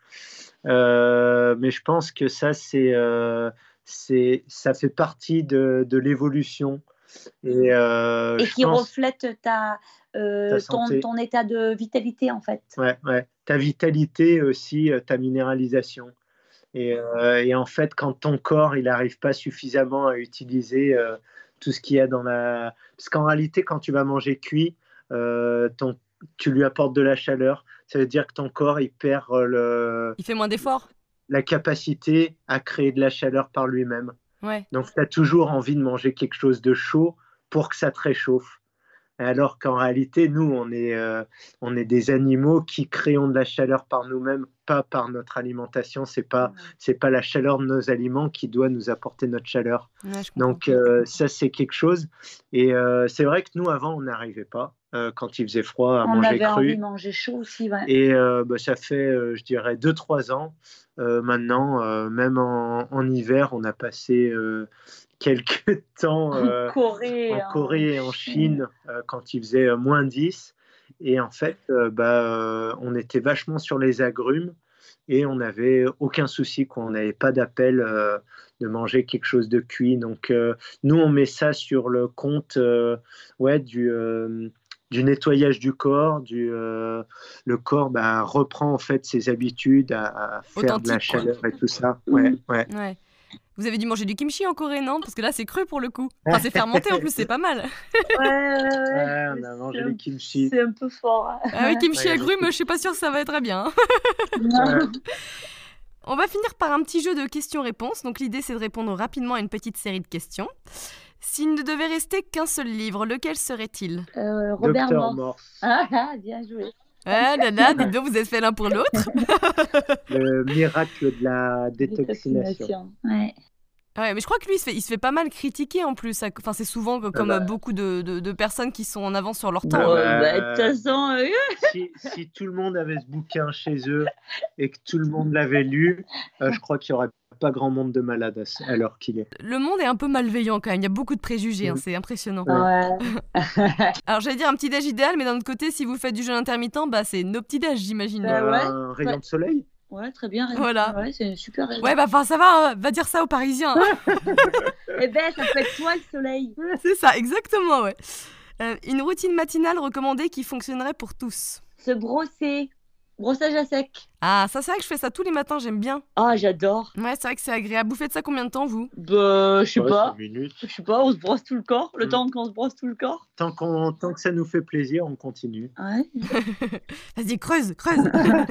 Euh, mais je pense que ça, c'est, euh, c'est, ça fait partie de, de l'évolution. Et, euh, Et je qui pense, reflète ta, euh, Ta ton, santé. ton état de vitalité, en fait. ouais, ouais, ta vitalité aussi, euh, ta minéralisation. Et, euh, et en fait, quand ton corps il n'arrive pas suffisamment à utiliser euh, tout ce qu'il y a dans la... Parce qu'en réalité, quand tu vas manger cuit, euh, ton... tu lui apportes de la chaleur. Ça veut dire que ton corps il perd euh, le... Il fait moins d'efforts. la capacité à créer de la chaleur par lui-même. Ouais. Donc, tu as toujours envie de manger quelque chose de chaud pour que ça te réchauffe. Alors qu'en réalité, nous, on est, euh, on est des animaux qui créons de la chaleur par nous-mêmes, pas par notre alimentation. C'est pas, c'est pas la chaleur de nos aliments qui doit nous apporter notre chaleur. Ouais, je comprends. Donc euh, ça, c'est quelque chose. Et euh, c'est vrai que nous, avant, on n'arrivait pas euh, quand il faisait froid à On manger avait envie cru. de manger chaud aussi, ouais. Et euh, bah, ça fait, euh, je dirais, deux trois ans euh, maintenant, euh, même en, en hiver, on a passé euh, quelques temps euh, En Corée. en en- Corée et en Chine euh, quand il faisait euh, moins dix. Et en fait, euh, bah, euh, on était vachement sur les agrumes et on n'avait aucun souci, quoi. On n'avait pas d'appel euh, de manger quelque chose de cuit. Donc, euh, nous, on met ça sur le compte euh, ouais, du, euh, du nettoyage du corps. Du, euh, le corps bah, reprend en fait ses habitudes à, à faire de la Authentique, quoi. chaleur et tout ça. Ouais, ouais. Ouais. Vous avez dû manger du kimchi en Corée, non? Parce que là, c'est cru pour le coup. Enfin, c'est fermenté en plus, c'est pas mal. Ouais, ouais, ouais. Ouais, on a mangé C'est les un- kimchi. C'est un peu fort. hein. Ah oui, kimchi Ouais, agrumes, je suis pas sûre que ça va être très bien. Ouais. On va finir par un petit jeu de questions-réponses. Donc l'idée, c'est de répondre rapidement à une petite série de questions. S'il ne devait rester qu'un seul livre, lequel serait-il? Euh, Robert Docteur Morse. Morse. Ah, ah, bien joué. Ah là là, dites donc, vous êtes fait l'un pour l'autre. Le miracle de la détoxination. Détoxination. Ouais. Ouais, mais je crois que lui, il se fait, il se fait pas mal critiquer en plus. Enfin, c'est souvent que- comme bah. euh, beaucoup de, de- de personnes qui sont en avance sur leur Ah temps. Bon, bah, bah, de toute façon, euh, Si, si tout le monde avait ce bouquin chez eux et que tout le monde l'avait lu, euh, je crois qu'il n'y aurait pas grand monde de malades à, ce- à l'heure qu'il est. Le monde est un peu malveillant quand même. Il y a beaucoup de préjugés, hein, Mm. c'est impressionnant. ouais. Alors, j'allais dire un petit déj idéal, mais d'un autre côté, si vous faites du jeûne intermittent, bah, c'est nos petits déj, j'imagine. Bah, Euh, ouais. un rayon Ouais. de soleil. Ouais, très bien. Voilà. Ouais, c'est une super raison. Ouais, bah enfin, ça va, hein, va dire ça aux Parisiens. Eh ben, ça peut être toi le soleil. C'est ça, exactement, ouais. Euh, une routine matinale recommandée qui fonctionnerait pour tous. Se brosser. Brossage à sec. Ah, ça c'est vrai que je fais ça tous les matins, j'aime bien. Ah, j'adore. Ouais, c'est vrai que c'est agréable. Vous faites ça combien de temps, vous? Bah, je sais Ouais, pas. cinq minutes. Je sais pas, on se brosse tout le corps. Le Mm. temps qu'on se brosse tout le corps. Tant, qu'on, tant que ça nous fait plaisir, on continue. Ouais. Vas-y, creuse, creuse.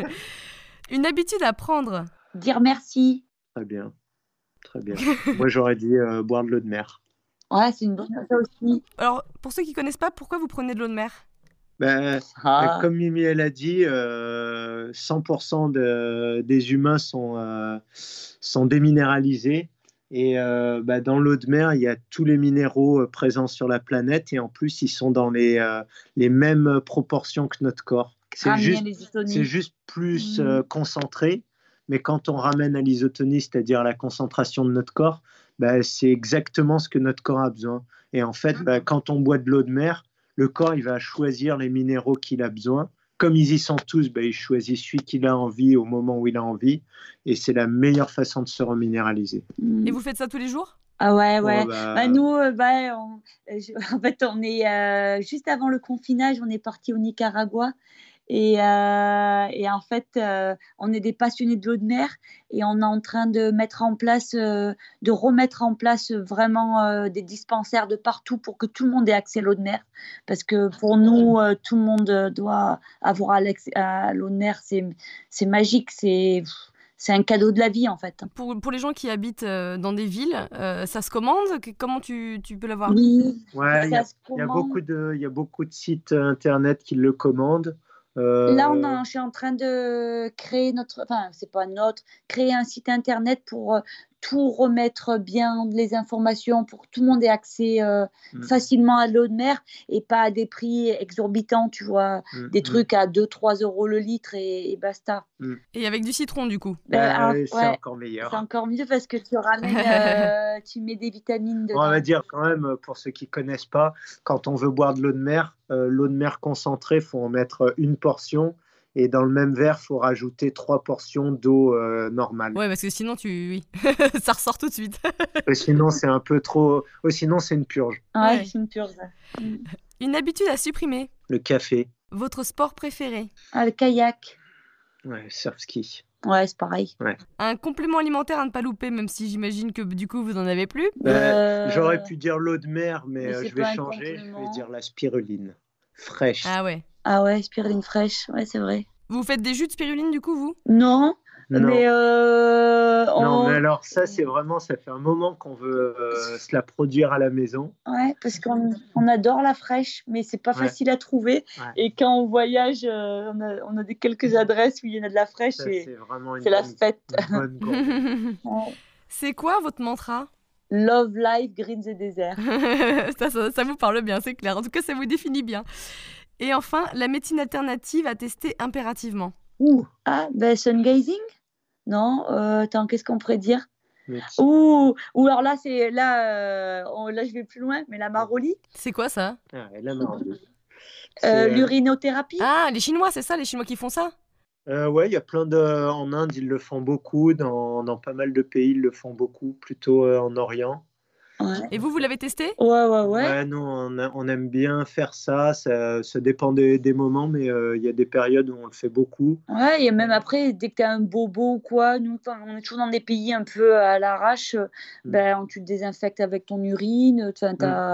Une habitude à prendre. Dire merci. Très bien. Très bien. Moi, j'aurais dit euh, boire de l'eau de mer. Ouais, c'est une bonne chose ça aussi. Alors, pour ceux qui connaissent pas, pourquoi vous prenez de l'eau de mer? Ben, Ah. Comme Mimi elle a dit, euh, cent pour cent de, des humains sont, euh, sont déminéralisés. Et euh, bah, dans l'eau de mer, il y a tous les minéraux euh, présents sur la planète. Et en plus, ils sont dans les, euh, les mêmes proportions que notre corps. C'est, Ramener juste, les isotonies. c'est juste plus Mmh. euh, concentré. Mais quand on ramène à l'isotonie, c'est-à-dire la concentration de notre corps, bah, c'est exactement ce que notre corps a besoin. Et en fait, bah, quand on boit de l'eau de mer, le corps il va choisir les minéraux qu'il a besoin. Comme ils y sont tous, bah, il choisit celui qu'il a envie au moment où il a envie. Et c'est la meilleure façon de se reminéraliser. Mmh. Et vous faites ça tous les jours? Ah ouais, ouais. Oh, bah, Bah, nous, euh, bah, on- euh, je- en fait, on est euh, juste avant le confinage, on est parti au Nicaragua. Et, euh, et en fait, euh, on est des passionnés de l'eau de mer et on est en train de mettre en place, euh, de remettre en place vraiment euh, des dispensaires de partout pour que tout le monde ait accès à l'eau de mer. Parce que pour nous, euh, tout le monde doit avoir accès à l'eau de mer. C'est, c'est magique, c'est, c'est un cadeau de la vie en fait. Pour, pour les gens qui habitent euh, dans des villes, euh, ça se commande? Que- Comment tu, tu peux l'avoir? Oui, ouais, il y, ça a- se il y a commande. beaucoup de, il y a beaucoup de sites internet qui le commandent. Euh, Là, on a, je suis en train de créer notre, enfin, c'est pas notre, créer un site internet pour euh, tout remettre bien les informations pour que tout le monde ait accès euh, Mm. facilement à l'eau de mer et pas à des prix exorbitants, tu vois, mm, des mm, trucs à deux trois euros le litre et, et basta. mm. Et avec du citron, du coup. Ben, Bah, alors, c'est ouais, encore c'est meilleur. encore mieux parce que tu ramènes, euh, tu mets des vitamines Bon, on va dedans. dire quand même, pour ceux qui ne connaissent pas, quand on veut boire de l'eau de mer, euh, l'eau de mer concentrée, il faut en mettre une portion. Et dans le même verre, il faut rajouter trois portions d'eau euh, normale. Ouais, parce que sinon, tu... oui. ça ressort tout de suite. Et sinon, c'est un peu trop. Oh, sinon, c'est une purge. Ouais, Ouais. c'est une purge. Mm. Une habitude à supprimer. Le café, Votre sport préféré. Ah, le kayak. ouais, surf ski. Ouais, c'est pareil. Un complément alimentaire à ne pas louper, même si j'imagine que du coup, vous n'en avez plus. Bah, Euh, J'aurais pu dire l'eau de mer, mais, mais euh, c'est je vais pas un changer. Je vais complément. dire la spiruline. Fraîche. Ah ouais. Ah ouais, spiruline fraîche. Ouais, c'est vrai. Vous faites des jus de spiruline, du coup, vous? Non, non. mais euh, Non, on- mais alors ça, c'est vraiment, ça fait un moment qu'on veut euh, se la produire à la maison. ouais, parce qu'on on adore la fraîche, mais c'est pas Ouais. facile à trouver. Ouais. Et quand on voyage, euh, on a, on a des quelques adresses où il y en a de la fraîche Ça, et c'est vraiment une c'est la bonne- fête. une bonne gourmande. Ouais. C'est quoi votre mantra? Love life, greens et désert. ça, ça, ça vous parle bien, c'est clair. En tout cas, ça vous définit bien. Et enfin, la médecine alternative à tester impérativement. Ouh, ah, ben sun gazing? Non, euh, attends, qu'est-ce qu'on pourrait dire? Mais- Ouh, ou alors là, c'est là, euh, on- là je vais plus loin, mais la marolie, C'est quoi ça? Ah, et là, non. euh, C'est, euh, l'urinothérapie. Ah, les Chinois, c'est ça, les Chinois qui font ça? euh, ouais, il y a plein de. En Inde, ils le font beaucoup. Dans, dans pas mal de pays, ils le font beaucoup, plutôt euh, en Orient. Ouais, Et vous, vous l'avez testé? ouais, ouais. ouais. nous, on, a- on aime bien faire ça. Ça, ça dépend des, des moments, mais euh, il y a des périodes où on le fait beaucoup. Ouais, et même après, dès que tu as un bobo ou quoi, nous, enfin, on est toujours dans des pays un peu à l'arrache, euh, Mm. ben, tu te désinfectes avec ton urine, tu as,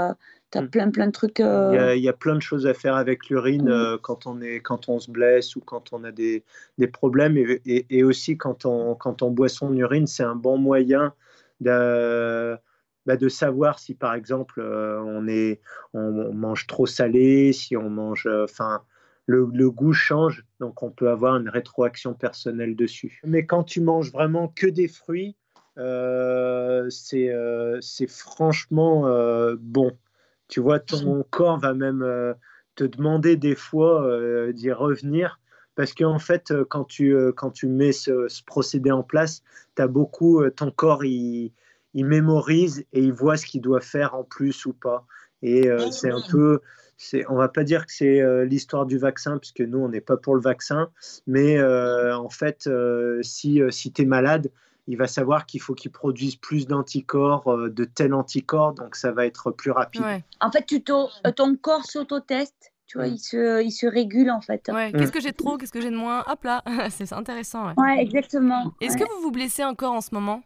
Mm. plein, plein de trucs. Il y, euh, a, il y a plein de choses à faire avec l'urine Mm. euh, quand, on est, quand on se blesse ou quand on a des, des problèmes. Et, et, et aussi, quand on, quand on boit son urine, c'est un bon moyen de, bah, de savoir si, par exemple, euh, on, est, on, on mange trop salé, si on mange... Enfin, le, le goût change, donc on peut avoir une rétroaction personnelle dessus. Mais quand tu manges vraiment que des fruits, euh, c'est euh, c'est franchement euh, bon. Tu vois, ton corps va même euh, te demander des fois euh, d'y revenir parce qu'en fait, euh, quand tu, euh, quand tu mets ce, ce procédé en place, t'as beaucoup, euh, ton corps, il, il mémorise et il voit ce qu'il doit faire en plus ou pas. Et euh, c'est un peu, c'est, on va pas dire que c'est euh, l'histoire du vaccin, puisque nous, on n'est pas pour le vaccin, mais euh, en fait, euh, si, euh, si tu es malade, il va savoir qu'il faut qu'il produise plus d'anticorps, euh, de tel anticorps, donc ça va être plus rapide. Ouais. En fait, tu t'au- euh, ton corps s'auto-teste, tu vois, Mm. il, se, il se régule en fait. Ouais. Mm. Qu'est-ce que j'ai de trop, qu'est-ce que j'ai de moins? Hop là, c'est c'est intéressant. Ouais. Ouais, exactement. Est-ce Ouais. que vous vous blessez encore en ce moment?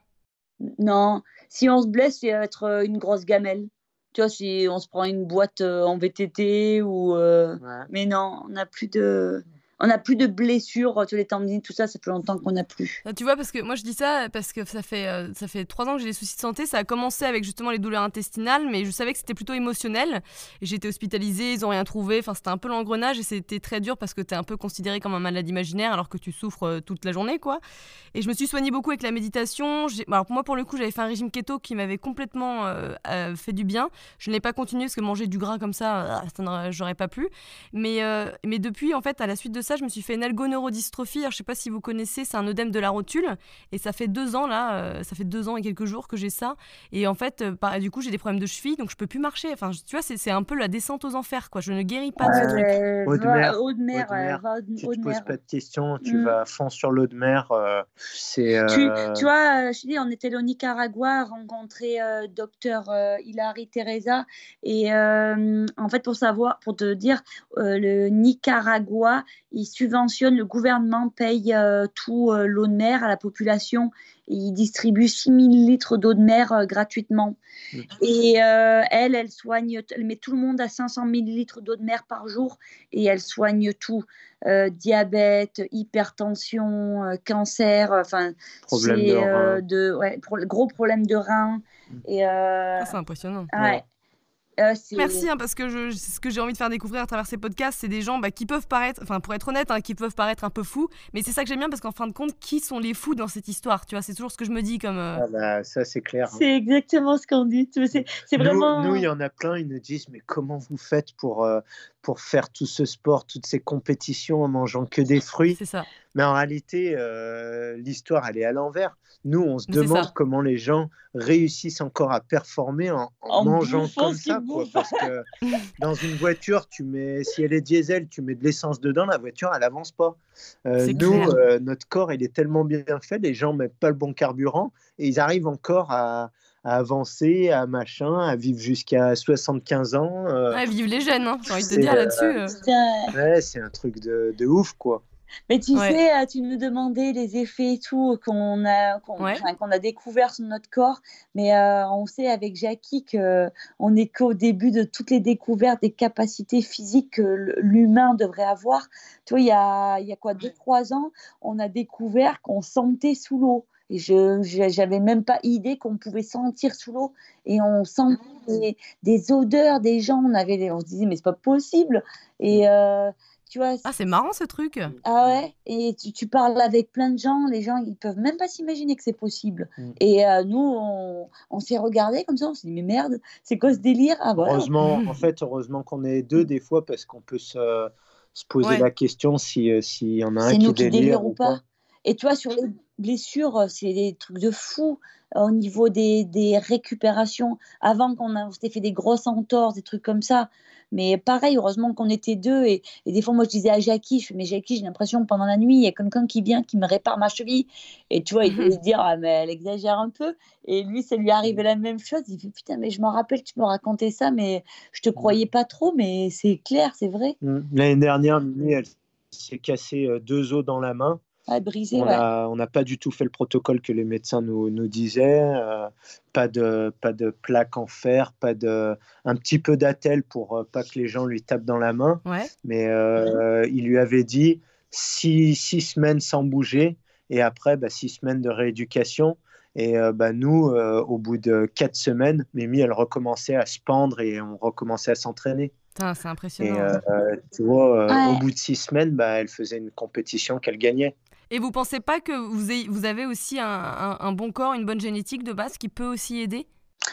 Non, si on se blesse, c'est être euh, une grosse gamelle. Tu vois, si on se prend une boîte euh, en V T T ou. euh, Ouais. Mais non, on n'a plus de. On n'a plus de blessures, tu vois, les tendinites, tout ça, ça fait longtemps qu'on n'a plus. Ah, tu vois, parce que moi je dis ça parce que ça fait, euh, ça fait trois ans que j'ai des soucis de santé. Ça a commencé avec justement les douleurs intestinales, mais je savais que c'était plutôt émotionnel. Et j'ai été hospitalisée, ils n'ont rien trouvé. Enfin, c'était un peu l'engrenage et c'était très dur parce que tu es un peu considéré comme un malade imaginaire alors que tu souffres euh, toute la journée, quoi. Et je me suis soignée beaucoup avec la méditation. J'ai- Alors, moi, pour le coup, j'avais fait un régime keto qui m'avait complètement euh, euh, fait du bien. Je ne l'ai pas continué parce que manger du gras comme ça, euh, ça n'aurait- j'aurais pas pu. Mais, euh, mais depuis, en fait, à la suite de ça, je me suis fait une algoneurodystrophie. Alors, je sais pas si vous connaissez, c'est un œdème de la rotule. Et ça fait deux ans, là, euh, ça fait deux ans et quelques jours que j'ai ça. Et en fait, euh, par- du coup, j'ai des problèmes de cheville, donc je peux plus marcher. Enfin, je- tu vois, c'est c'est un peu la descente aux enfers, quoi. Je ne guéris pas de ce truc. Euh, Eau de va- mer, Eau de mer, eau de mer. euh, va Tu eau te de poses mer. pas de questions, tu Mm. vas à fond sur l'eau de mer. euh, c'est, Tu, euh, tu vois, euh, je te dis, on était au Nicaragua, rencontrer euh, docteur euh, Hilary Teresa. Et euh, en fait, pour savoir, pour te dire, euh, le Nicaragua, il subventionne, le gouvernement paye euh, tout euh, l'eau de mer à la population. Et il distribue six mille litres d'eau de mer euh, gratuitement. Mm. Et euh, elle, elle soigne, elle met tout le monde à cinq cents millilitres d'eau de mer par jour et elle soigne tout. Euh, diabète, hypertension, euh, cancer, enfin, Problème c'est de euh, rein. de ouais, pro- gros problèmes de rein. Mm. Et euh, Ça, c'est impressionnant. ouais, Ouais. euh, c'est Merci, hein, parce que je, c'est ce que j'ai envie de faire découvrir à travers ces podcasts, c'est des gens bah, qui peuvent paraître, enfin pour être honnête, hein, qui peuvent paraître un peu fous, mais c'est ça que j'aime bien parce qu'en fin de compte, qui sont les fous dans cette histoire? Tu vois, c'est toujours ce que je me dis comme. euh, Ah bah, ça, c'est clair. hein. c'est exactement ce qu'on dit. Tu vois, C'est c'est Nous, vraiment. nous, il y en a plein, ils nous disent, mais comment vous faites pour, euh, pour faire tout ce sport, toutes ces compétitions en mangeant que des fruits? C'est ça. Mais en réalité, euh, l'histoire, elle est à l'envers. Nous, on se Mais c'est demande ça. comment les gens réussissent encore à performer en, en En mangeant bouffant comme ce qu'ils ça, quoi. bouffent. Parce que dans une voiture, tu mets, si elle est diesel, tu mets de l'essence dedans, la voiture, elle avance pas. Euh, C'est nous, clair. euh, notre corps, il est tellement bien fait, les gens mettent pas le bon carburant et ils arrivent encore à, à avancer, à machin, à vivre jusqu'à soixante-quinze ans. euh, Ouais, vive les jeunes, hein, j'ai envie de te c'est, dire euh, là-dessus. euh. Putain. ouais, c'est un truc de, de ouf, quoi. Mais tu Ouais. sais, euh, tu nous demandais les effets et tout qu'on a, qu'on, Ouais. enfin, qu'on a découvert sur notre corps. Mais euh, on sait avec Jackie qu'on n'est qu'au début de toutes les découvertes des capacités physiques que l- l'humain devrait avoir. Tu vois, il y a, il y a quoi, deux, trois ans, on a découvert qu'on sentait sous l'eau. Et je je- j'avais même pas idée qu'on pouvait sentir sous l'eau. Et on sentait des, des odeurs des gens. On, avait, des- on se disait, mais c'est pas possible. Et euh, tu vois, Ah, c'est marrant ce truc. ah ouais, et tu, tu parles avec plein de gens, les gens ils peuvent même pas s'imaginer que c'est possible. Mm. Et euh, nous, on, on s'est regardé comme ça, on s'est dit mais merde, c'est quoi ce délire? Ah voilà. Heureusement, en fait, heureusement qu'on est deux des fois parce qu'on peut se, se poser Ouais. la question si, euh, s'il y en a un C'est qui nous qui délire délire ou ou pas. pas. Et tu vois, sur les blessures, euh, c'est des trucs de fou euh, au niveau des, des récupérations. Avant qu'on a, on s'était fait des grosses entorses, des trucs comme ça. Mais pareil, heureusement qu'on était deux. Et, et des fois, moi, je disais à Jackie, je fais, mais Jackie, j'ai l'impression que pendant la nuit, il y a quelqu'un qui vient, qui me répare ma cheville. Et tu vois, il devait se dire, ah, mais elle exagère un peu. Et lui, ça lui arrivait la même chose. Il fait, putain, mais je me rappelle que tu me racontais ça, mais je te croyais pas trop. Mais c'est clair, c'est vrai. Mm. L'année dernière, Mimi, elle s'est cassé euh, deux os dans la main. Ouais, brisé, On ouais. a- on n'a pas du tout fait le protocole que les médecins nous, nous disaient. euh, pas de, pas de plaque en fer, pas de, un petit peu d'attelle pour euh, pas que les gens lui tapent dans la main. Ouais. Mais euh, il lui avait dit six, six semaines sans bouger et après bah, six semaines de rééducation. Et euh, bah, nous, euh, au bout de quatre semaines, Mimi, elle recommençait à se pendre et on recommençait à s'entraîner. Putain, c'est Et impressionnant. euh, tu vois, euh, Ouais. au bout de six semaines, bah, elle faisait une compétition qu'elle gagnait. Et vous pensez pas que vous, ayez- vous avez aussi un, un- un bon corps, une bonne génétique de base qui peut aussi aider?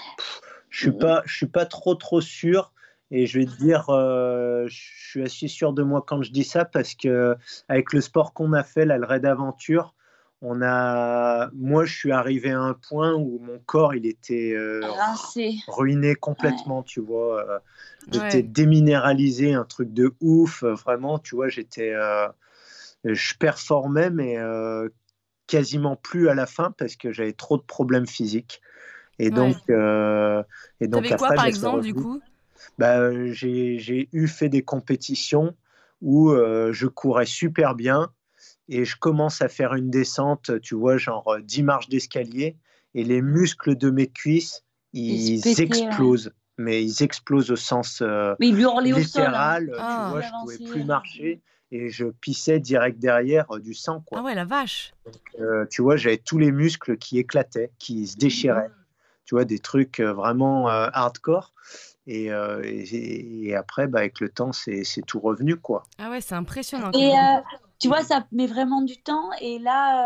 Je suis pas, je suis pas trop trop sûr. Et je vais te dire, euh, je suis assez sûr de moi quand je dis ça parce que avec le sport qu'on a fait, là, le raid aventure, on a, moi, je suis arrivé à un point où mon corps, il était euh, Rincé. ruiné complètement, Ouais. tu vois. Euh, j'étais Ouais. déminéralisé, un truc de ouf. euh, Vraiment, tu vois, j'étais, euh, je performais, mais euh, quasiment plus à la fin parce que j'avais trop de problèmes physiques. Et donc, Ouais. euh, et donc T'avais quoi, après, par bah, c'est exemple, du revenu. coup? Bah, euh, j'ai, j'ai eu fait des compétitions où euh, je courais super bien et je commence à faire une descente, tu vois, genre euh, dix marches d'escalier et les muscles de mes cuisses, Il se ils pétait, ouais. explosent. Mais ils explosent au sens euh, Mais il hurlait au sol, hein. littéral. Tu Ah. vois, Il je pouvais avançait. plus marcher et je pissais direct derrière euh, du sang, Ah quoi. ouais, la vache. Euh, tu vois, j'avais tous les muscles qui éclataient, qui se déchiraient. Tu vois, des trucs euh, vraiment euh, hardcore. Et, euh, et, et après, bah, avec le temps, c'est c'est tout revenu, quoi. Ah ouais, c'est impressionnant quand Et même. euh, tu vois, ça met vraiment du temps. Et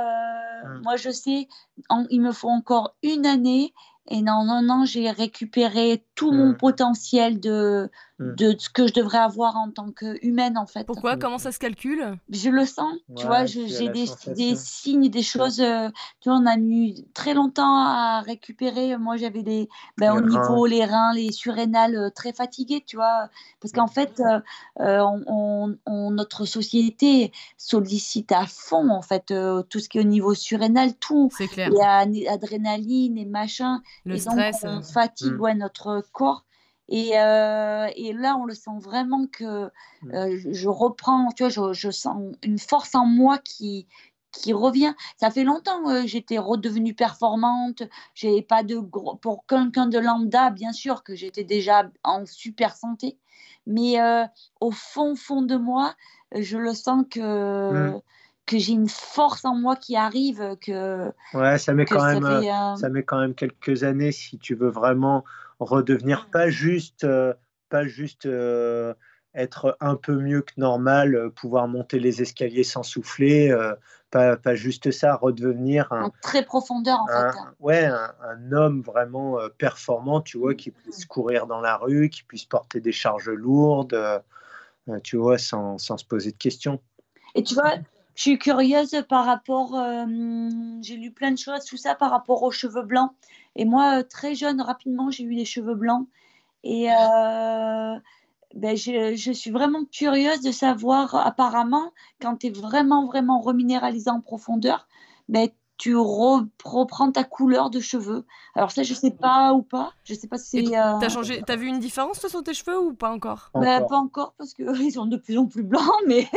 là, euh, Mm. moi, je sais, en- il me faut encore une année. Et dans un an, j'ai récupéré tout mon Mm. potentiel de, Mm. de ce que je devrais avoir en tant qu'humaine, en fait. Pourquoi? Mm. Comment ça se calcule? Je le sens, tu vois, Ouais, je- tu as j'ai la des, des sensation. signes, des choses. euh, tu vois, on a mis très longtemps à récupérer. Moi, j'avais des, ben, Les au reins. niveau, les reins, les surrénales euh, très fatigués, tu vois. Parce qu'en fait, euh, euh, on, on- on- notre société sollicite à fond, en fait, euh, tout ce qui est au niveau surrénal, tout. C'est clair. Il y a an- adrénaline et machin. Le Et donc, stress. on euh, fatigue Mm. ouais, notre corps. Et, euh, et là, on le sent vraiment que Mm. euh, je, je reprends, tu vois, je, je sens une force en moi qui, qui revient. Ça fait longtemps que j'étais redevenue performante. J'ai pas de gros, pour quelqu'un de lambda, bien sûr que j'étais déjà en super santé. Mais euh, au fond, fond de moi, je le sens que, Mm. que j'ai une force en moi qui arrive, que, Ouais, ça met que quand ça même, euh, fait. euh, ça met quand même quelques années si tu veux vraiment redevenir pas juste, euh, pas juste euh, être un peu mieux que normal, euh, pouvoir monter les escaliers sans souffler, euh, pas, pas juste ça, redevenir un, en très profondeur, en fait. un- ouais, un, un homme vraiment euh, performant, tu vois, qui puisse courir dans la rue, qui puisse porter des charges lourdes, euh, euh, tu vois, sans, sans se poser de questions. Et tu vois, je suis curieuse par rapport, euh, j'ai lu plein de choses, tout ça par rapport aux cheveux blancs. Et moi, euh, très jeune, rapidement, j'ai eu des cheveux blancs. Et euh, ben, je, je suis vraiment curieuse de savoir, apparemment, quand tu es vraiment, vraiment reminéralisé en profondeur, ben, tu re- reprends ta couleur de cheveux. Alors ça, je sais pas ou pas. Je sais pas si Et c'est... t'as euh, changé, t'as vu une différence toi, sur tes cheveux ou pas encore? ben, Encore. pas encore parce qu'ils sont de plus en plus blancs, mais...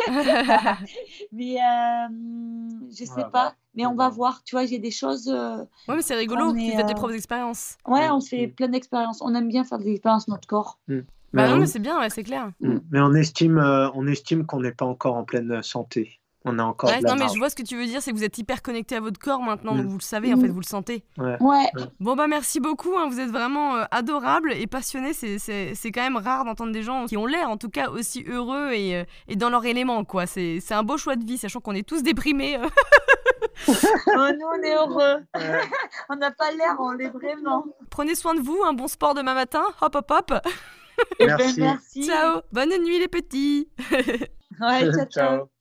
Mais euh, je sais Ouais, pas, bah, mais on va voir. Tu vois, j'ai des choses. euh, Ouais, mais c'est rigolo, qu'on tu est, fais tes euh, propres expériences. Ouais, Mm. on se fait plein d'expériences. On aime bien faire des expériences notre corps. Mm. Bah Mais non, on, mais c'est bien, ouais, c'est clair. Mm. Mais on estime, euh, on estime qu'on n'est pas encore en pleine santé. On a encore Ouais, de la non, mais je marge. vois ce que tu veux dire, c'est que vous êtes hyper connecté à votre corps maintenant, donc Mm. vous le savez, en fait, Mm. vous le sentez. Ouais. Ouais. Bon, bah merci beaucoup, hein, vous êtes vraiment euh, adorables et passionnés. C'est, c'est, c'est quand même rare d'entendre des gens qui ont l'air, en tout cas, aussi heureux et, euh, et dans leur élément, quoi. C'est, c'est un beau choix de vie, sachant qu'on est tous déprimés. euh. Oh, nous, on est heureux. Ouais. On n'a pas l'air, on l'est vraiment. Prenez soin de vous, un bon sport demain matin. Hop, hop, hop. Eh ben, Merci. merci. Ciao. Bonne nuit, les petits. Ouais, ciao, ciao. Ciao.